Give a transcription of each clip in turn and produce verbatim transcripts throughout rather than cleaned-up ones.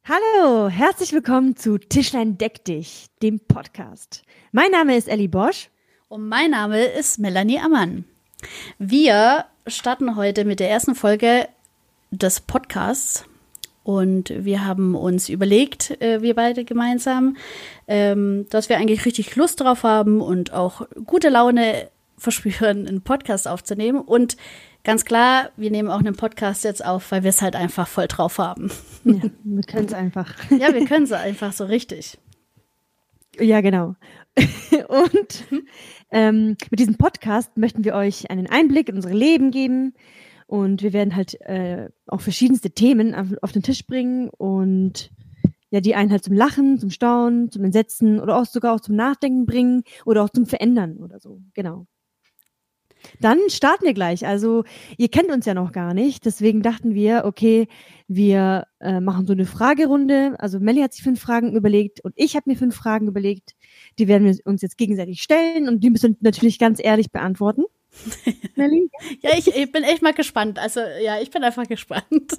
Hallo, herzlich willkommen zu Tischlein deck dich, dem Podcast. Mein Name ist Elli Bosch. Und mein Name ist Melanie Ammann. Wir starten heute mit der ersten Folge des Podcasts. Und wir haben uns überlegt, äh, wir beide gemeinsam, ähm, dass wir eigentlich richtig Lust drauf haben und auch gute Laune verspüren, einen Podcast aufzunehmen. Und ganz klar, wir nehmen auch einen Podcast jetzt auf, weil wir es halt einfach voll drauf haben. Ja, wir können es einfach. Ja, wir können es einfach so richtig. Ja, genau. Und ähm, mit diesem Podcast möchten wir euch einen Einblick in unsere Leben geben. Und wir werden halt äh, auch verschiedenste Themen auf, auf den Tisch bringen und ja, die einen halt zum Lachen, zum Staunen, zum Entsetzen oder auch sogar auch zum Nachdenken bringen oder auch zum Verändern oder so. Genau. Dann starten wir gleich. Also ihr kennt uns ja noch gar nicht, deswegen dachten wir, okay, wir äh, machen so eine Fragerunde. Also Melli hat sich fünf Fragen überlegt und ich habe mir fünf Fragen überlegt. Die werden wir uns jetzt gegenseitig stellen und die müssen natürlich ganz ehrlich beantworten. Melli? Ja, ich, ich bin echt mal gespannt. Also ja, ich bin einfach gespannt.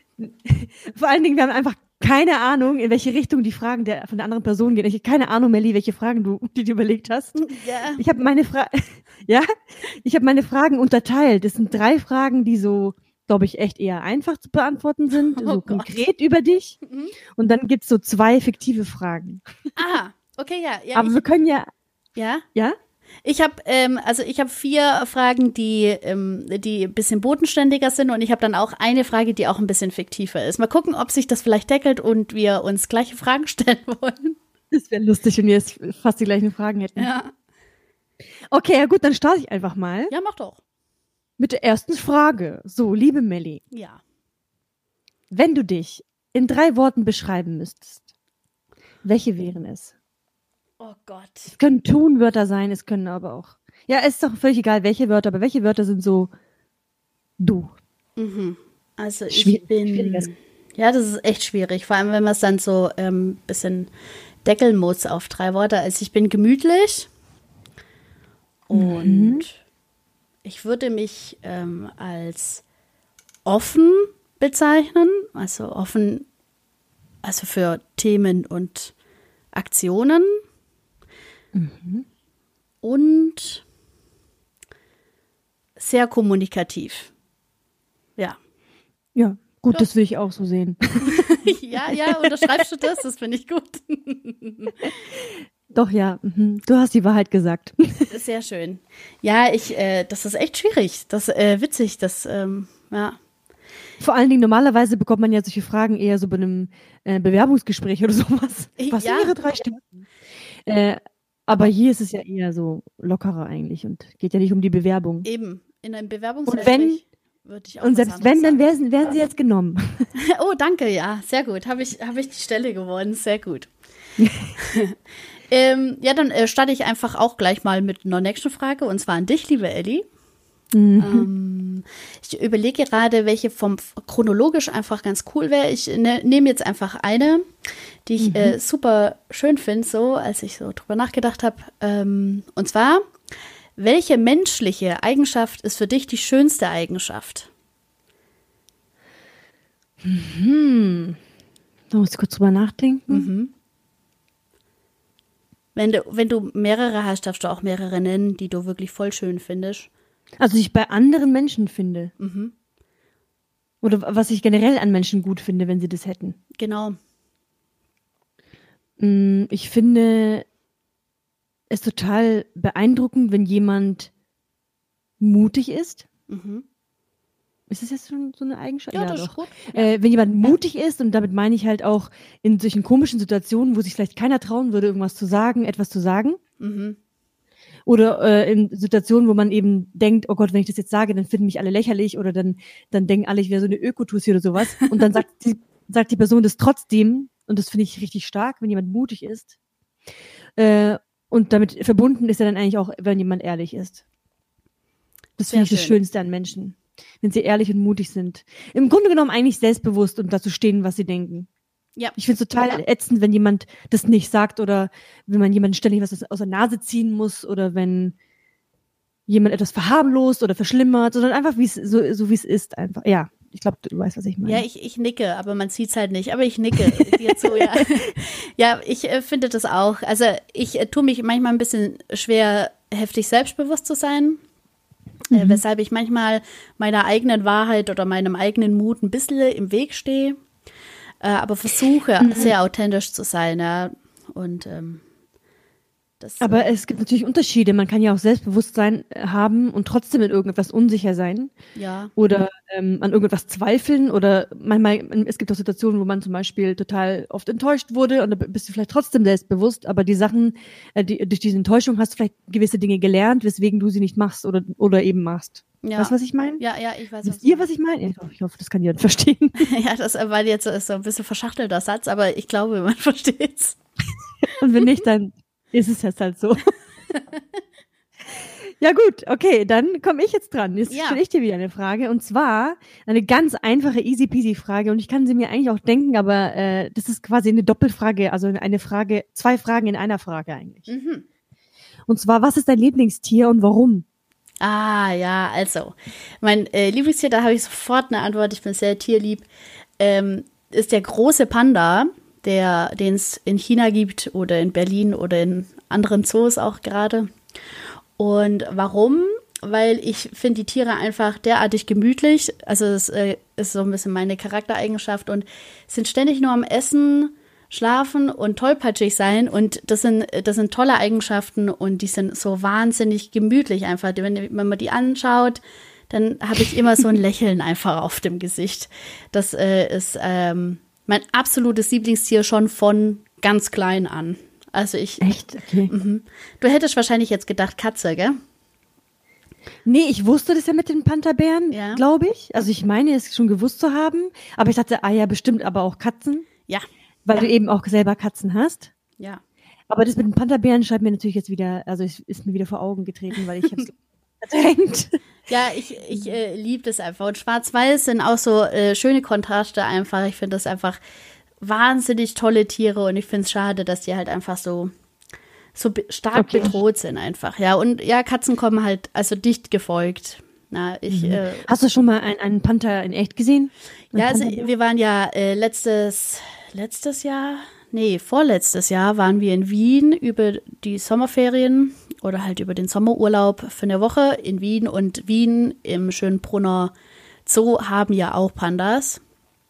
Vor allen Dingen, wir haben einfach keine Ahnung, in welche Richtung die Fragen der, von der anderen Person gehen. Ich habe keine Ahnung, Melli, welche Fragen du die du überlegt hast. Ja. Ich habe meine Fra- ja, ich habe meine Fragen unterteilt. Das sind drei Fragen, die so, glaube ich, echt eher einfach zu beantworten sind, Oh so Gott. konkret über dich. Mhm. Und dann gibt's so zwei fiktive Fragen. Ah, okay, ja. ja Aber ich, wir können ja, ja. ja? Ich habe ähm, also ich habe vier Fragen, die ähm, die ein bisschen bodenständiger sind und ich habe dann auch eine Frage, die auch ein bisschen fiktiver ist. Mal gucken, ob sich das vielleicht deckelt und wir uns gleiche Fragen stellen wollen. Das wäre lustig, wenn wir jetzt fast die gleichen Fragen hätten. Ja, Okay, ja gut, dann starte ich einfach mal ja, mach doch. mit der ersten Frage. So, liebe Melli, Ja. wenn du dich in drei Worten beschreiben müsstest, welche wären es? Oh Gott. Es können Tunwörter sein, es können aber auch. Ja, es ist doch völlig egal, welche Wörter, aber welche Wörter sind so du? Mhm. Also ich Schwierig, bin. schwieriges. Ja, das ist echt schwierig, vor allem wenn man es dann so ein ähm, bisschen deckeln muss auf drei Worte. Also ich bin gemütlich und Mhm. ich würde mich ähm, als offen bezeichnen, also offen, also für Themen und Aktionen Mhm. und sehr kommunikativ. Ja. Ja, gut, Ja. das will ich auch so sehen. Ja, ja, unterschreibst du das? Das finde ich gut. Doch, ja, mhm. Du hast die Wahrheit gesagt. Sehr schön. Ja, ich, äh, das ist echt schwierig. Das ist äh, witzig. Das, ähm, ja. Vor allen Dingen, normalerweise bekommt man ja solche Fragen eher so bei einem äh, Bewerbungsgespräch oder sowas. Was Ja. sind Ihre drei Stärken? Äh, aber hier ist es ja eher so lockerer eigentlich und geht ja nicht um die Bewerbung. Eben. In einem Und wenn, Bewerbungsgespräch würde ich auch und was selbst anderes wenn, dann sagen. wären, wären sie jetzt genommen. Oh, danke, ja. Sehr gut. Habe ich, hab ich die Stelle gewonnen. Sehr gut. ähm, ja, dann äh, starte ich einfach auch gleich mal mit einer nächsten Frage und zwar an dich, liebe Elli. Mhm. Ähm, ich überlege gerade, welche vom chronologisch einfach ganz cool wäre. Ich ne, nehme jetzt einfach eine, die ich Mhm. äh, super schön finde, so als ich so drüber nachgedacht habe. Ähm, und zwar, welche menschliche Eigenschaft ist für dich die schönste Eigenschaft? Hm. Da muss ich kurz drüber nachdenken. Mhm. Wenn du, wenn du mehrere hast, darfst du auch mehrere nennen, die du wirklich voll schön findest. Also, die ich bei anderen Menschen finde. Mhm. Oder was ich generell an Menschen gut finde, wenn sie das hätten. Genau. Mm, Ich finde es total beeindruckend, wenn jemand mutig ist. Mhm. Ist das jetzt schon so eine Eigenschaft? Ja, Ja, das ist doch. gut. Äh, wenn jemand mutig ist, und damit meine ich halt auch in solchen komischen Situationen, wo sich vielleicht keiner trauen würde, irgendwas zu sagen, etwas zu sagen. Mhm. Oder äh, in Situationen, wo man eben denkt, oh Gott, wenn ich das jetzt sage, dann finden mich alle lächerlich oder dann, dann denken alle, ich wäre so eine Ökotussi oder sowas. Und dann sagt die, sagt die Person das trotzdem. Und das finde ich richtig stark, wenn jemand mutig ist. Äh, und damit verbunden ist er dann eigentlich auch, wenn jemand ehrlich ist. Das Sehr finde ich das schön. Schönste an Menschen. Wenn sie ehrlich und mutig sind. Im Grunde genommen eigentlich selbstbewusst und dazu stehen, was sie denken. Ja. Ich finde es total ätzend, wenn jemand das nicht sagt oder wenn man jemanden ständig was aus der Nase ziehen muss oder wenn jemand etwas verharmlost oder verschlimmert, sondern einfach wie es so, so wie es ist einfach. Ja, ich glaube, du weißt, was ich meine. Ja, ich, ich nicke, aber man sieht es halt nicht. Aber ich nicke dir zu, ja. Ja, ich äh, finde das auch. Also ich äh, tue mich manchmal ein bisschen schwer, heftig selbstbewusst zu sein. Mhm. Äh, weshalb ich manchmal meiner eigenen Wahrheit oder meinem eigenen Mut ein bisschen im Weg stehe. Äh, aber versuche, mhm. sehr authentisch zu sein, ja. Und ähm, das, aber äh, es gibt natürlich Unterschiede. Man kann ja auch Selbstbewusstsein haben und trotzdem in irgendetwas unsicher sein. Ja. Oder ähm, an irgendetwas zweifeln. Oder manchmal, es gibt auch Situationen, wo man zum Beispiel total oft enttäuscht wurde und da bist du vielleicht trotzdem selbstbewusst, aber die Sachen, äh, die, durch diese Enttäuschung hast du vielleicht gewisse Dinge gelernt, weswegen du sie nicht machst oder, oder eben machst. Ja. Weißt du, was ich meine? Ja, ja, ich weiß. Wisst ihr, was ich meine? Ich hoffe, das kann jemand verstehen. Ja, das war jetzt so ein bisschen verschachtelter Satz, aber ich glaube, man versteht's. Und wenn nicht, dann ist es jetzt halt so. Ja gut, okay, dann komme ich jetzt dran. Jetzt ja. stelle ich dir wieder eine Frage. Und zwar eine ganz einfache, easy peasy Frage. Und ich kann sie mir eigentlich auch denken, aber äh, das ist quasi eine Doppelfrage, also eine Frage, zwei Fragen in einer Frage eigentlich. Mhm. Und zwar, was ist dein Lieblingstier und warum? Ah, ja, also, mein äh, Lieblingstier, da habe ich sofort eine Antwort, ich bin sehr tierlieb, ähm, ist der große Panda, der, den es in China gibt oder in Berlin oder in anderen Zoos auch gerade. Und warum? Weil ich finde die Tiere einfach derartig gemütlich, also das äh, ist so ein bisschen meine Charaktereigenschaft und sind ständig nur am Essen, schlafen und tollpatschig sein und das sind, das sind tolle Eigenschaften und die sind so wahnsinnig gemütlich einfach. Wenn, wenn man die anschaut, dann habe ich immer so ein Lächeln einfach auf dem Gesicht. Das äh, ist ähm, mein absolutes Lieblingstier schon von ganz klein an. Also ich. Echt? Okay. M- du hättest wahrscheinlich jetzt gedacht Katze, gell? Nee, ich wusste das ja mit den Panther-Bären, ja. glaube ich. Also ich meine es schon gewusst zu haben, aber ich dachte, ah ja, bestimmt aber auch Katzen. Ja. Weil du eben auch selber Katzen hast. Ja. Aber das mit den Panther-Bären schreibt mir natürlich jetzt wieder, also ist, ist mir wieder vor Augen getreten, weil ich hab's verdrängt. Ja, ich, ich äh, liebe das einfach. Und Schwarz-Weiß sind auch so äh, schöne Kontraste einfach. Ich finde das einfach wahnsinnig tolle Tiere und ich finde es schade, dass die halt einfach so, so be- stark okay. bedroht sind einfach. Ja, und ja, Katzen kommen halt also dicht gefolgt. Na, ich, mhm. äh, Hast du schon mal einen, einen Panther in echt gesehen? Ein ja, also wir waren ja äh, letztes, letztes Jahr, nee, vorletztes Jahr waren wir in Wien über die Sommerferien oder halt über den Sommerurlaub für eine Woche in Wien und Wien im Schönbrunner Zoo haben ja auch Pandas.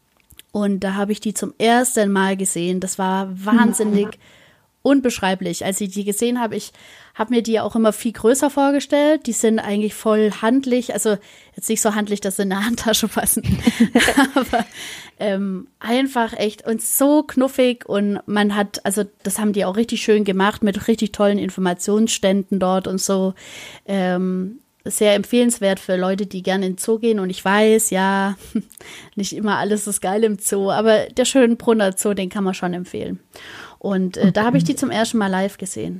Und da habe ich die zum ersten Mal gesehen. Das war wahnsinnig unbeschreiblich. Als ich die gesehen habe, ich habe mir die auch immer viel größer vorgestellt. Die sind eigentlich voll handlich. Also jetzt nicht so handlich, dass sie in eine Handtasche passen. Aber ähm, einfach echt und so knuffig. Und man hat, also das haben die auch richtig schön gemacht mit richtig tollen Informationsständen dort und so. Ähm, sehr empfehlenswert für Leute, die gerne in den Zoo gehen. Und ich weiß, ja, nicht immer alles ist geil im Zoo, aber der Schönbrunner Zoo, den kann man schon empfehlen. Und äh, okay. da habe ich die zum ersten Mal live gesehen.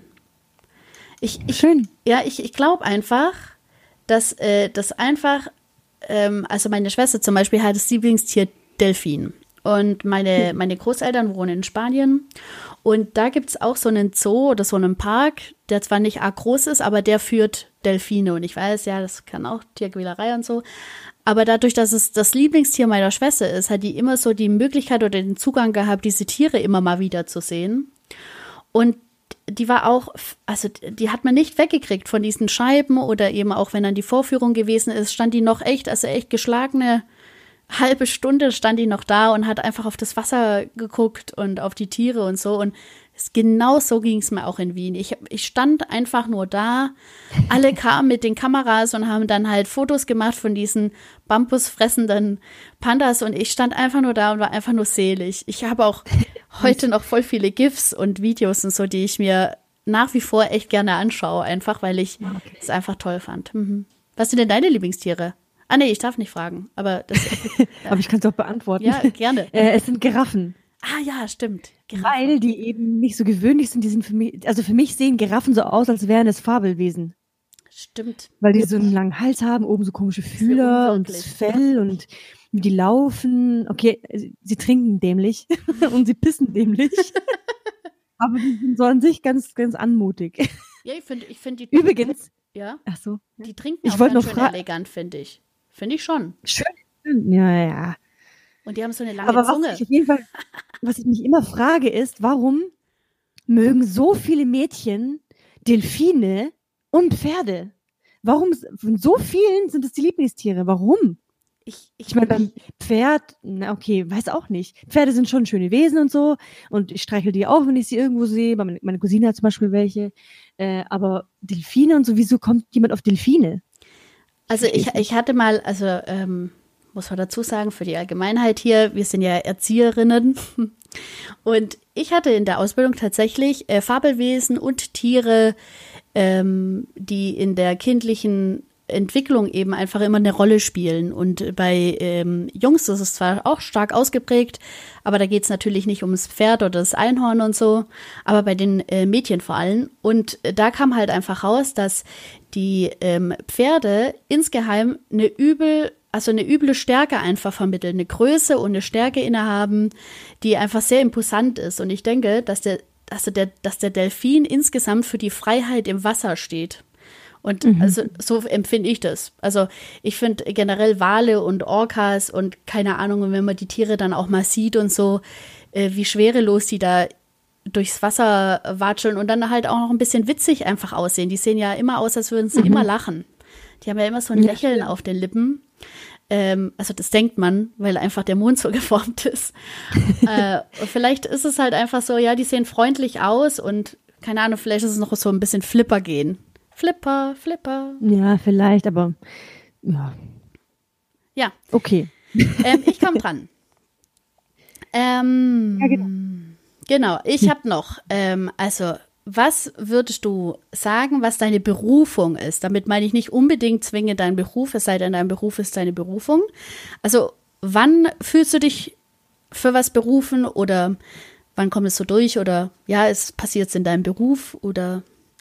Ich, ich, Schön. Ja, ich, ich glaube einfach, dass äh, das einfach, ähm, also meine Schwester zum Beispiel hat das Lieblingstier Delfin. Und meine, meine Großeltern wohnen in Spanien. Und da gibt es auch so einen Zoo oder so einen Park, der zwar nicht arg groß ist, aber der führt Delfine. Und ich weiß, ja, das kann auch Tierquälerei und so. Aber dadurch, dass es das Lieblingstier meiner Schwester ist, hat die immer so die Möglichkeit oder den Zugang gehabt, diese Tiere immer mal wieder zu sehen. Und die war auch, also die hat man nicht weggekriegt von diesen Scheiben oder eben auch, wenn dann die Vorführung gewesen ist, stand die noch echt, also echt geschlagene halbe Stunde stand die noch da und hat einfach auf das Wasser geguckt und auf die Tiere und so. Und es, genau so ging es mir auch in Wien. Ich, ich stand einfach nur da. Alle kamen mit den Kameras und haben dann halt Fotos gemacht von diesen bambusfressenden Pandas. Und ich stand einfach nur da und war einfach nur selig. Ich habe auch heute noch voll viele GIFs und Videos und so, die ich mir nach wie vor echt gerne anschaue. Einfach, weil ich okay. es einfach toll fand. Mhm. Was sind denn deine Lieblingstiere? Ah, nee, ich darf nicht fragen, aber das, ja. Aber ich kann es auch beantworten. Ja, gerne. Äh, es sind Giraffen. Ah ja, stimmt. Giraffen. Weil die eben nicht so gewöhnlich sind. Die sind für mich, also für mich sehen Giraffen so aus, als wären es Fabelwesen. Stimmt. Weil die so einen langen Hals haben, oben so komische Fühler und das Fell und wie die laufen. Okay, sie trinken dämlich und sie pissen dämlich. Aber die sind so an sich ganz, ganz anmutig. Ja, ich finde, ich finde die. Übrigens. Ja. Ach so. Die trinken ich auch ganz noch schön fra- elegant, finde ich. Finde ich schon. Schön. Ja, ja. Und die haben so eine lange Aber Zunge. was ich auf jeden Fall, was ich mich immer frage, ist, warum mögen so viele Mädchen Delfine und Pferde? Warum, von so vielen sind es die Lieblingstiere? Warum? Ich, ich, Ich meine, beim Pferd, na okay, weiß auch nicht. Pferde sind schon schöne Wesen und so. Und ich streichel die auch, wenn ich sie irgendwo sehe. Meine, meine Cousine hat zum Beispiel welche. Äh, aber Delfine und so, wieso kommt jemand auf Delfine? Also ich, ich hatte mal, also ähm, muss man dazu sagen, für die Allgemeinheit hier, wir sind ja Erzieherinnen. Und ich hatte in der Ausbildung tatsächlich äh, Fabelwesen und Tiere, ähm, die in der kindlichen Entwicklung eben einfach immer eine Rolle spielen. Und bei ähm, Jungs ist es zwar auch stark ausgeprägt, aber da geht es natürlich nicht ums Pferd oder das Einhorn und so, aber bei den äh, Mädchen vor allem. Und äh, da kam halt einfach raus, dass die ähm, Pferde insgeheim eine übel, also eine üble Stärke einfach vermitteln, eine Größe und eine Stärke innehaben, die einfach sehr imposant ist. Und ich denke, dass der, dass der, dass der Delfin insgesamt für die Freiheit im Wasser steht. Und mhm. also so empfinde ich das. Also ich finde generell Wale und Orcas und keine Ahnung, wenn man die Tiere dann auch mal sieht und so, äh, wie schwerelos die da durchs Wasser watscheln und dann halt auch noch ein bisschen witzig einfach aussehen. Die sehen ja immer aus, als würden sie mhm. immer lachen. Die haben ja immer so ein ja, Lächeln ja. auf den Lippen. Ähm, also das denkt man, weil einfach der Mund so geformt ist. äh, vielleicht ist es halt einfach so, ja, die sehen freundlich aus und keine Ahnung, vielleicht ist es noch so ein bisschen Flipper gehen. Flipper, Flipper. Ja, vielleicht, aber ja. Ja. Okay. Ähm, ich komme dran. Ähm, ja, genau. Genau, ich habe noch, ähm, also was würdest du sagen, was deine Berufung ist? Damit meine ich nicht unbedingt zwinge deinen Beruf, es sei denn, dein Beruf ist deine Berufung. Also wann fühlst du dich für was berufen oder wann kommt es so durch oder ja, es passiert in deinem Beruf oder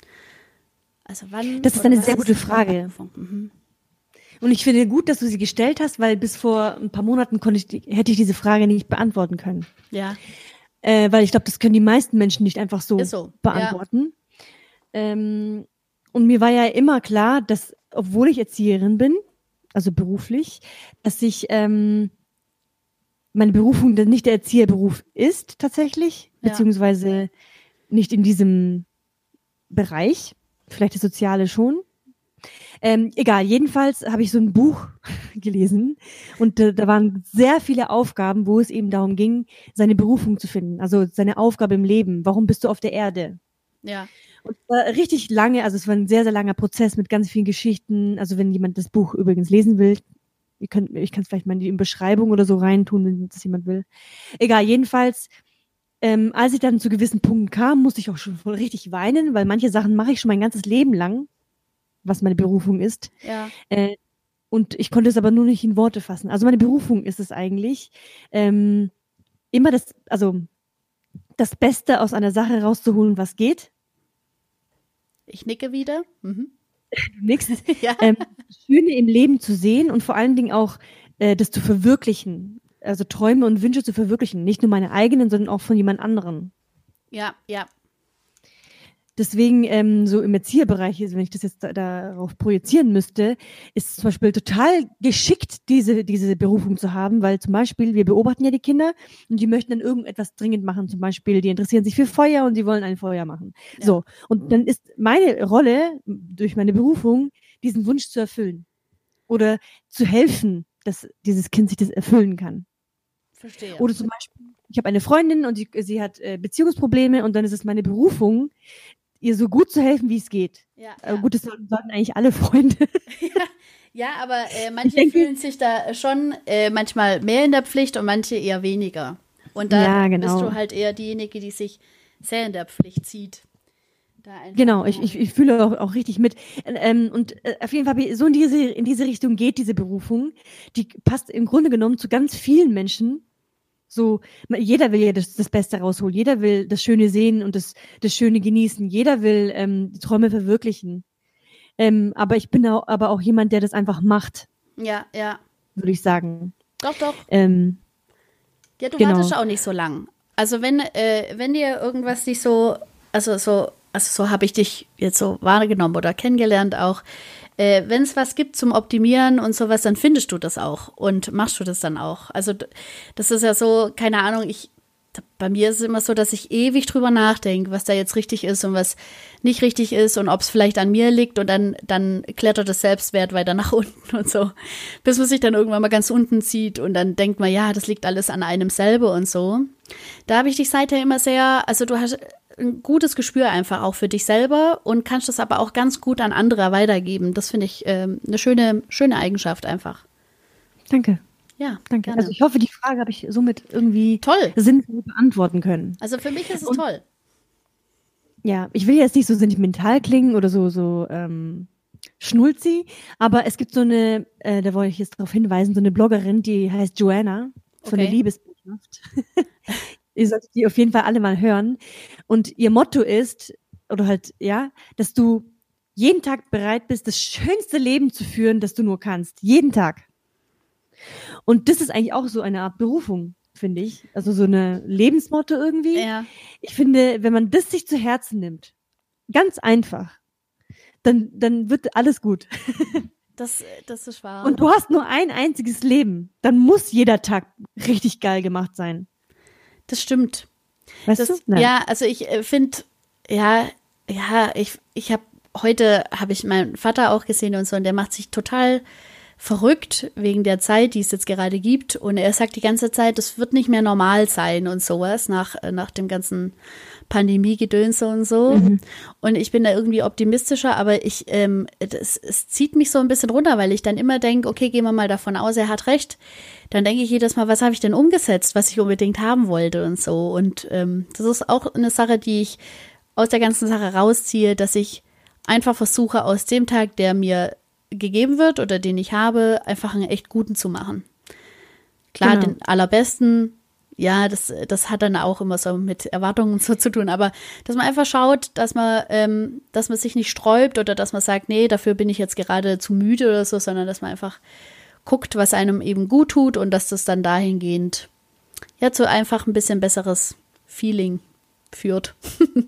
also wann? Das ist eine sehr gute Frage. Mhm. Und ich finde gut, dass du sie gestellt hast, weil bis vor ein paar Monaten konnte ich, hätte ich diese Frage nicht beantworten können. Ja. Äh, weil ich glaube, das können die meisten Menschen nicht einfach so, so. beantworten. Ja. Ähm, und mir war ja immer klar, dass, obwohl ich Erzieherin bin, also beruflich, dass ich ähm, meine Berufung nicht der Erzieherberuf ist tatsächlich, ja. beziehungsweise nicht in diesem Bereich. Vielleicht das Soziale schon. Ähm, egal, jedenfalls habe ich so ein Buch gelesen und äh, da waren sehr viele Aufgaben, wo es eben darum ging, seine Berufung zu finden, also seine Aufgabe im Leben. Warum bist du auf der Erde? Ja. Und es war richtig lange, also es war ein sehr, sehr langer Prozess mit ganz vielen Geschichten. Also wenn jemand das Buch übrigens lesen will, ihr könnt, ich kann es vielleicht mal in die Beschreibung oder so reintun, wenn das jemand will. Egal, jedenfalls Ähm, als ich dann zu gewissen Punkten kam, musste ich auch schon voll richtig weinen, weil manche Sachen mache ich schon mein ganzes Leben lang, was meine Berufung ist. Ja. Äh, und ich konnte es aber nur nicht in Worte fassen. Also meine Berufung ist es eigentlich, ähm, immer das, also das Beste aus einer Sache rauszuholen, was geht. Ich nicke wieder. Mhm. Du nickst. Ja. Ähm, das Schöne im Leben zu sehen und vor allen Dingen auch äh, das zu verwirklichen. Also Träume und Wünsche zu verwirklichen. Nicht nur meine eigenen, sondern auch von jemand anderem. Ja, ja. Deswegen, ähm, so im Erzieherbereich, wenn ich das jetzt da, darauf projizieren müsste, ist es zum Beispiel total geschickt, diese, diese Berufung zu haben, weil zum Beispiel, wir beobachten ja die Kinder und die möchten dann irgendetwas dringend machen. Zum Beispiel, die interessieren sich für Feuer und die wollen ein Feuer machen. Ja. So. Und dann ist meine Rolle, durch meine Berufung, diesen Wunsch zu erfüllen. Oder zu helfen, dass dieses Kind sich das erfüllen kann. Verstehe. Oder zum Beispiel, ich habe eine Freundin und sie, sie hat äh, Beziehungsprobleme und dann ist es meine Berufung, ihr so gut zu helfen, wie es geht. Ja, äh, ja. Gut, das sollten eigentlich alle Freunde. Ja, ja, aber äh, manche denke, fühlen sich da schon äh, manchmal mehr in der Pflicht und manche eher weniger. Und da ja, genau. bist du halt eher diejenige, die sich sehr in der Pflicht zieht. Genau, ich, ich, ich fühle auch, auch richtig mit. Ähm, und äh, auf jeden Fall, so in diese, in diese Richtung geht diese Berufung. Die passt im Grunde genommen zu ganz vielen Menschen. So, jeder will ja das, das Beste rausholen. Jeder will das Schöne sehen und das, das Schöne genießen. Jeder will ähm, die Träume verwirklichen. Ähm, aber ich bin auch, aber auch jemand, der das einfach macht. Ja, ja. Würde ich sagen. Doch, doch. Ähm, ja, du genau. wartest auch nicht so lang. Also wenn, äh, wenn dir irgendwas nicht so, also so, also so habe ich dich jetzt so wahrgenommen oder kennengelernt auch, äh, wenn es was gibt zum Optimieren und sowas, dann findest du das auch und machst du das dann auch. Also das ist ja so, keine Ahnung, ich bei mir ist es immer so, dass ich ewig drüber nachdenke, was da jetzt richtig ist und was nicht richtig ist und ob es vielleicht an mir liegt und dann, dann klettert das Selbstwert weiter nach unten und so, bis man sich dann irgendwann mal ganz unten sieht und dann denkt man, ja, das liegt alles an einem selber und so. Da habe ich dich seither immer sehr, also du hast ein gutes Gespür einfach auch für dich selber und kannst das aber auch ganz gut an andere weitergeben. Das finde ich ähm, eine schöne, schöne Eigenschaft einfach. Danke. Ja, danke. gerne. Also ich hoffe, die Frage habe ich somit irgendwie toll. sinnvoll beantworten können. Also für mich ist es Und, toll. Ja, ich will jetzt nicht so sentimental klingen oder so, so ähm, schnulzi, aber es gibt so eine, äh, da wollte ich jetzt darauf hinweisen, so eine Bloggerin, die heißt Joanna von Okay. der Liebesbotschaft. Ihr solltet die auf jeden Fall alle mal hören. Und ihr Motto ist, oder halt, ja, dass du jeden Tag bereit bist, das schönste Leben zu führen, das du nur kannst. Jeden Tag. Und das ist eigentlich auch so eine Art Berufung, finde ich. Also so eine Lebensmotto irgendwie. Ja. Ich finde, wenn man das sich zu Herzen nimmt, ganz einfach, dann, dann wird alles gut. Das, das ist wahr. Und du hast nur ein einziges Leben. Dann muss jeder Tag richtig geil gemacht sein. Das stimmt. Weißt das, du? Nein. Ja, also ich äh, finde, ja, ja, ich, ich habe heute, habe ich meinen Vater auch gesehen und so, und der macht sich total verrückt wegen der Zeit, die es jetzt gerade gibt. Und er sagt die ganze Zeit, das wird nicht mehr normal sein und sowas nach, nach dem ganzen Pandemie-Gedönse und so. Mhm. Und ich bin da irgendwie optimistischer, aber ich, ähm, das, es zieht mich so ein bisschen runter, weil ich dann immer denke, okay, gehen wir mal davon aus, er hat recht. Dann denke ich jedes Mal, was habe ich denn umgesetzt, was ich unbedingt haben wollte und so. Und ähm, das ist auch eine Sache, die ich aus der ganzen Sache rausziehe, dass ich einfach versuche, aus dem Tag, der mir gegeben wird oder den ich habe, einfach einen echt guten zu machen. Klar, genau. Den allerbesten, ja, das, das hat dann auch immer so mit Erwartungen und so zu tun, aber dass man einfach schaut, dass man, ähm, dass man sich nicht sträubt oder dass man sagt, nee, dafür bin ich jetzt gerade zu müde oder so, sondern dass man einfach guckt, was einem eben gut tut und dass das dann dahingehend ja zu einfach ein bisschen besseres Feeling führt.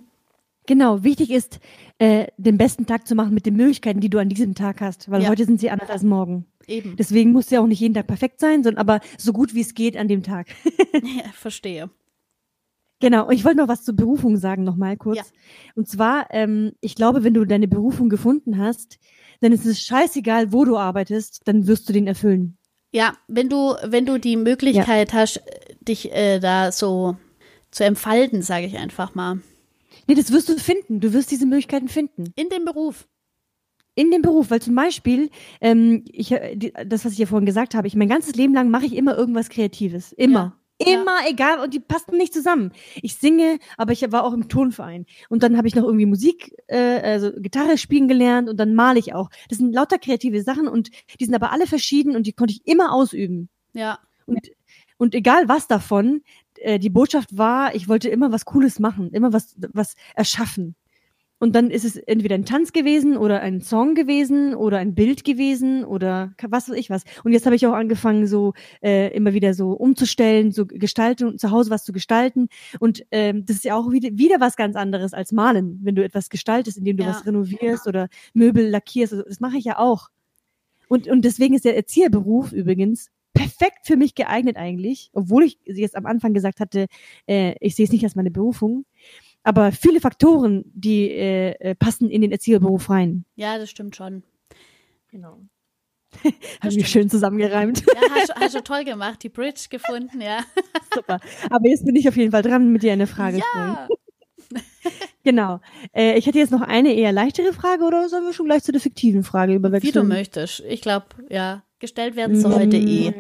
Genau, wichtig ist, äh, den besten Tag zu machen mit den Möglichkeiten, die du an diesem Tag hast, weil ja. heute sind sie anders als morgen. Eben. Deswegen muss ja auch nicht jeden Tag perfekt sein, sondern aber so gut wie es geht an dem Tag. Ja, verstehe. Genau, und ich wollte noch was zur Berufung sagen, noch mal kurz. Ja. Und zwar, ähm, ich glaube, wenn du deine Berufung gefunden hast, dann ist es scheißegal, wo du arbeitest, dann wirst du den erfüllen. Ja, wenn du, wenn du die Möglichkeit ja. hast, dich äh, da so zu entfalten, sage ich einfach mal. Nee, das wirst du finden. Du wirst diese Möglichkeiten finden. In dem Beruf. In dem Beruf, weil zum Beispiel, ähm, ich, das, was ich ja vorhin gesagt habe, ich mein ganzes Leben lang mache ich immer irgendwas Kreatives. Immer. Ja. Immer, ja. Egal, und die passen nicht zusammen. Ich singe, aber ich war auch im Turnverein. Und dann habe ich noch irgendwie Musik, äh, also Gitarre spielen gelernt und dann male ich auch. Das sind lauter kreative Sachen und die sind aber alle verschieden und die konnte ich immer ausüben. Ja. Und, und egal was davon, äh, die Botschaft war, ich wollte immer was Cooles machen, immer was, was erschaffen. Und dann ist es entweder ein Tanz gewesen oder ein Song gewesen oder ein Bild gewesen oder was weiß ich was. Und jetzt habe ich auch angefangen, so äh, immer wieder so umzustellen, so gestalten, zu Hause was zu gestalten. Und ähm, das ist ja auch wieder, wieder was ganz anderes als malen, wenn du etwas gestaltest, indem du ja. was renovierst oder Möbel lackierst. Also das mache ich ja auch. Und, und deswegen ist der Erzieherberuf übrigens perfekt für mich geeignet eigentlich, obwohl ich jetzt am Anfang gesagt hatte, äh, ich sehe es nicht als meine Berufung. Aber viele Faktoren, die äh, passen in den Erzieherberuf rein. Ja, das stimmt schon. Genau. Haben wir schön zusammengereimt. Ja, hast, hast du toll gemacht, die Bridge gefunden, ja. Super. Aber jetzt bin ich auf jeden Fall dran, mit dir eine Frage zu ja. stellen. Genau. Äh, ich hätte jetzt noch eine eher leichtere Frage oder sollen wir schon gleich zu der fiktiven Frage überwechseln? Wie du möchtest. Ich glaube, ja, gestellt werden sie heute eh.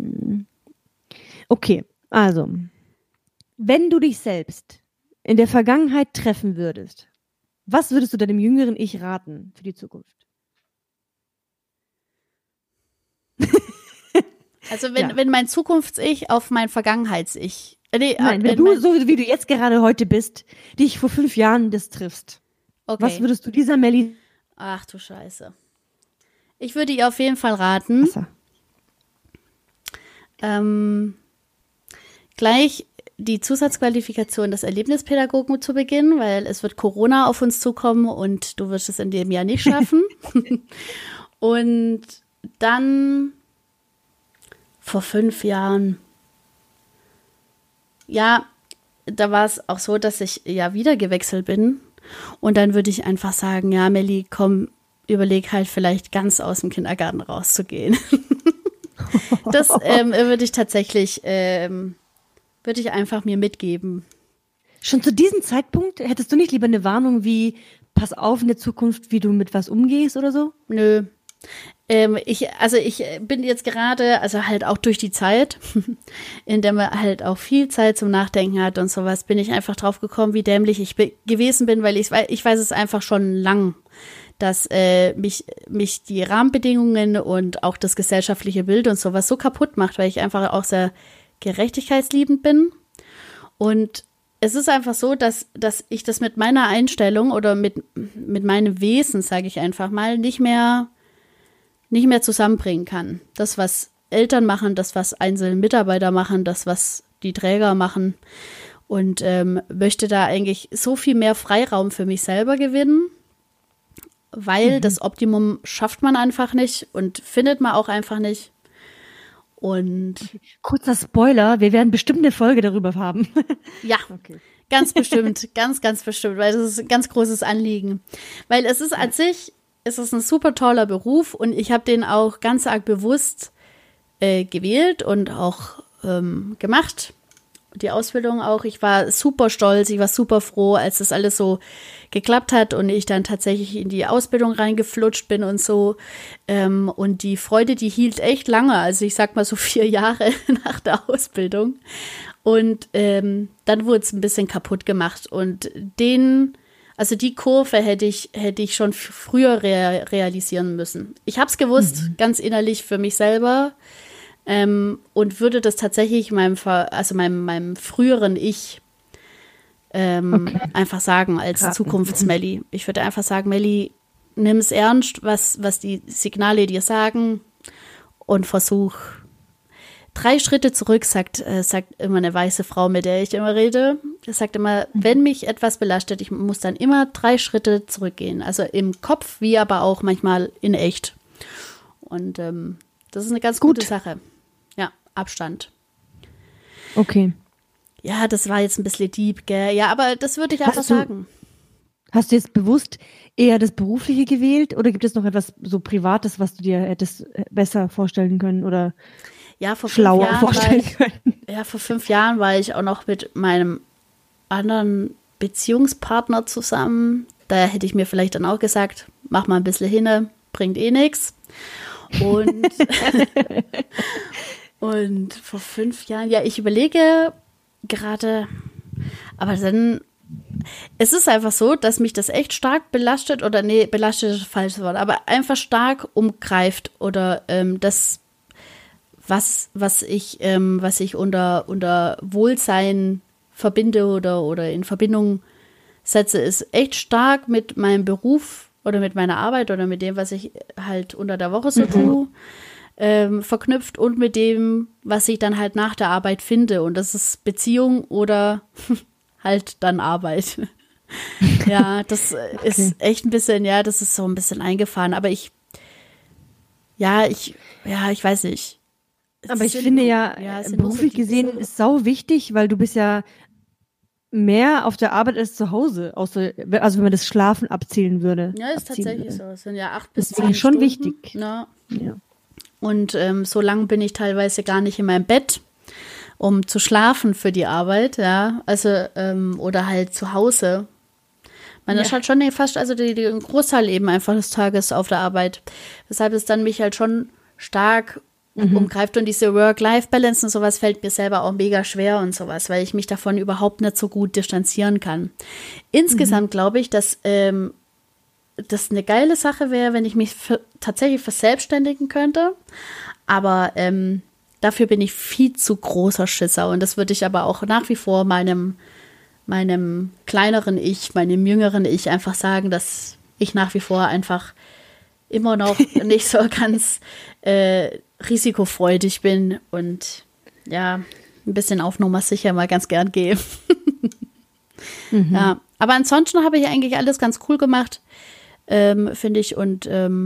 Okay, also, wenn du dich selbst in der Vergangenheit treffen würdest, was würdest du deinem jüngeren Ich raten für die Zukunft? Also wenn, ja. wenn mein Zukunfts-Ich auf mein Vergangenheits-Ich... Äh, nee, Nein, wenn, wenn du, so wie du jetzt gerade heute bist, dich vor fünf Jahren das triffst, okay. Was würdest du dieser Melli... Ach du Scheiße. Ich würde ihr auf jeden Fall raten, ähm, gleich die Zusatzqualifikation des Erlebnispädagogen zu beginnen, weil es wird Corona auf uns zukommen und du wirst es in dem Jahr nicht schaffen. Und dann vor fünf Jahren, ja, da war es auch so, dass ich ja wieder gewechselt bin. Und dann würde ich einfach sagen, ja, Melli, komm, überleg halt vielleicht ganz aus dem Kindergarten rauszugehen. Das ähm, würde ich tatsächlich, ähm, würde ich einfach mir mitgeben. Schon zu diesem Zeitpunkt hättest du nicht lieber eine Warnung wie, pass auf in der Zukunft, wie du mit was umgehst oder so? Nö. Ähm, ich, also ich bin jetzt gerade, also halt auch durch die Zeit, in der man halt auch viel Zeit zum Nachdenken hat und sowas, bin ich einfach drauf gekommen, wie dämlich ich be- gewesen bin, weil ich, ich weiß es einfach schon lang, dass äh, mich, mich die Rahmenbedingungen und auch das gesellschaftliche Bild und sowas so kaputt macht, weil ich einfach auch sehr gerechtigkeitsliebend bin. Und es ist einfach so, dass, dass ich das mit meiner Einstellung oder mit, mit meinem Wesen, sage ich einfach mal, nicht mehr nicht mehr zusammenbringen kann. Das, was Eltern machen, das, was einzelne Mitarbeiter machen, das, was die Träger machen. Und ähm, möchte da eigentlich so viel mehr Freiraum für mich selber gewinnen, weil mhm. das Optimum schafft man einfach nicht und findet man auch einfach nicht. Und kurzer Spoiler, wir werden bestimmt eine Folge darüber haben. Ja, okay. Ganz bestimmt, ganz, ganz bestimmt, weil das ist ein ganz großes Anliegen. Weil es ist an sich Es ist ein super toller Beruf und ich habe den auch ganz arg bewusst äh, gewählt und auch ähm, gemacht. Die Ausbildung auch. Ich war super stolz, ich war super froh, als das alles so geklappt hat und ich dann tatsächlich in die Ausbildung reingeflutscht bin und so. Ähm, und die Freude, die hielt echt lange. Also ich sag mal so vier Jahre nach der Ausbildung. Und ähm, dann wurde es ein bisschen kaputt gemacht. Und den Also die Kurve hätte ich, hätte ich schon f- früher rea- realisieren müssen. Ich habe es gewusst, mhm. ganz innerlich für mich selber ähm, und würde das tatsächlich meinem, also meinem, meinem früheren Ich ähm, okay. einfach sagen als ja. Zukunftsmelli. Ich würde einfach sagen, Melli, nimm es ernst, was, was die Signale dir sagen und versuch Drei Schritte zurück, sagt, äh, sagt immer eine weiße Frau, mit der ich immer rede. Das sagt immer, mhm. wenn mich etwas belastet, ich muss dann immer drei Schritte zurückgehen. Also im Kopf, wie aber auch manchmal in echt. Und ähm, das ist eine ganz Gut. gute Sache. Ja, Abstand. Okay. Ja, das war jetzt ein bisschen deep, gell? Ja, aber das würde ich einfach hast du, sagen. Hast du jetzt bewusst eher das Berufliche gewählt oder gibt es noch etwas so Privates, was du dir hättest besser vorstellen können oder Ja, vor schlauer fünf Jahren vorstellen ich, können. Ja, vor fünf Jahren war ich auch noch mit meinem anderen Beziehungspartner zusammen. Da hätte ich mir vielleicht dann auch gesagt, mach mal ein bisschen hin, bringt eh nichts. Und, und vor fünf Jahren, ja, ich überlege gerade, aber dann, es ist einfach so, dass mich das echt stark belastet oder, nee, belastet ist das falsche Wort, aber einfach stark umgreift oder ähm, das Was, was ich, ähm, was ich unter, unter Wohlsein verbinde oder, oder in Verbindung setze, ist echt stark mit meinem Beruf oder mit meiner Arbeit oder mit dem, was ich halt unter der Woche so mhm. tue, ähm, verknüpft und mit dem, was ich dann halt nach der Arbeit finde. Und das ist Beziehung oder halt dann Arbeit. Ja, das okay. ist echt ein bisschen, ja, das ist so ein bisschen eingefahren. Aber ich, ja, ich, ja, ich weiß nicht. Aber ich finde ja, ja beruflich gesehen ist es sau wichtig, weil du bist ja mehr auf der Arbeit als zu Hause, außer, also wenn man das Schlafen abzählen würde. Ja, ist tatsächlich würde. so. Es sind ja acht bis zehn zehn schon Stunden. Wichtig. Ja. Ja. Und ähm, so lange bin ich teilweise gar nicht in meinem Bett, um zu schlafen für die Arbeit, ja. Also, ähm, oder halt zu Hause. Man ja. ist halt schon fast, also die, die, ein Großteil eben einfach des Tages auf der Arbeit. Weshalb es dann mich halt schon stark Mhm. umgreift und diese Work-Life-Balance und sowas fällt mir selber auch mega schwer und sowas, weil ich mich davon überhaupt nicht so gut distanzieren kann. Insgesamt mhm. glaube ich, dass ähm, das eine geile Sache wäre, wenn ich mich für, tatsächlich verselbstständigen könnte, aber ähm, dafür bin ich viel zu großer Schisser und das würde ich aber auch nach wie vor meinem, meinem kleineren Ich, meinem jüngeren Ich einfach sagen, dass ich nach wie vor einfach immer noch nicht so ganz äh, risikofreudig bin und ja, ein bisschen auf Nummer sicher mal ganz gern gehe. mhm. Ja, aber ansonsten habe ich eigentlich alles ganz cool gemacht, ähm, finde ich. Und ähm,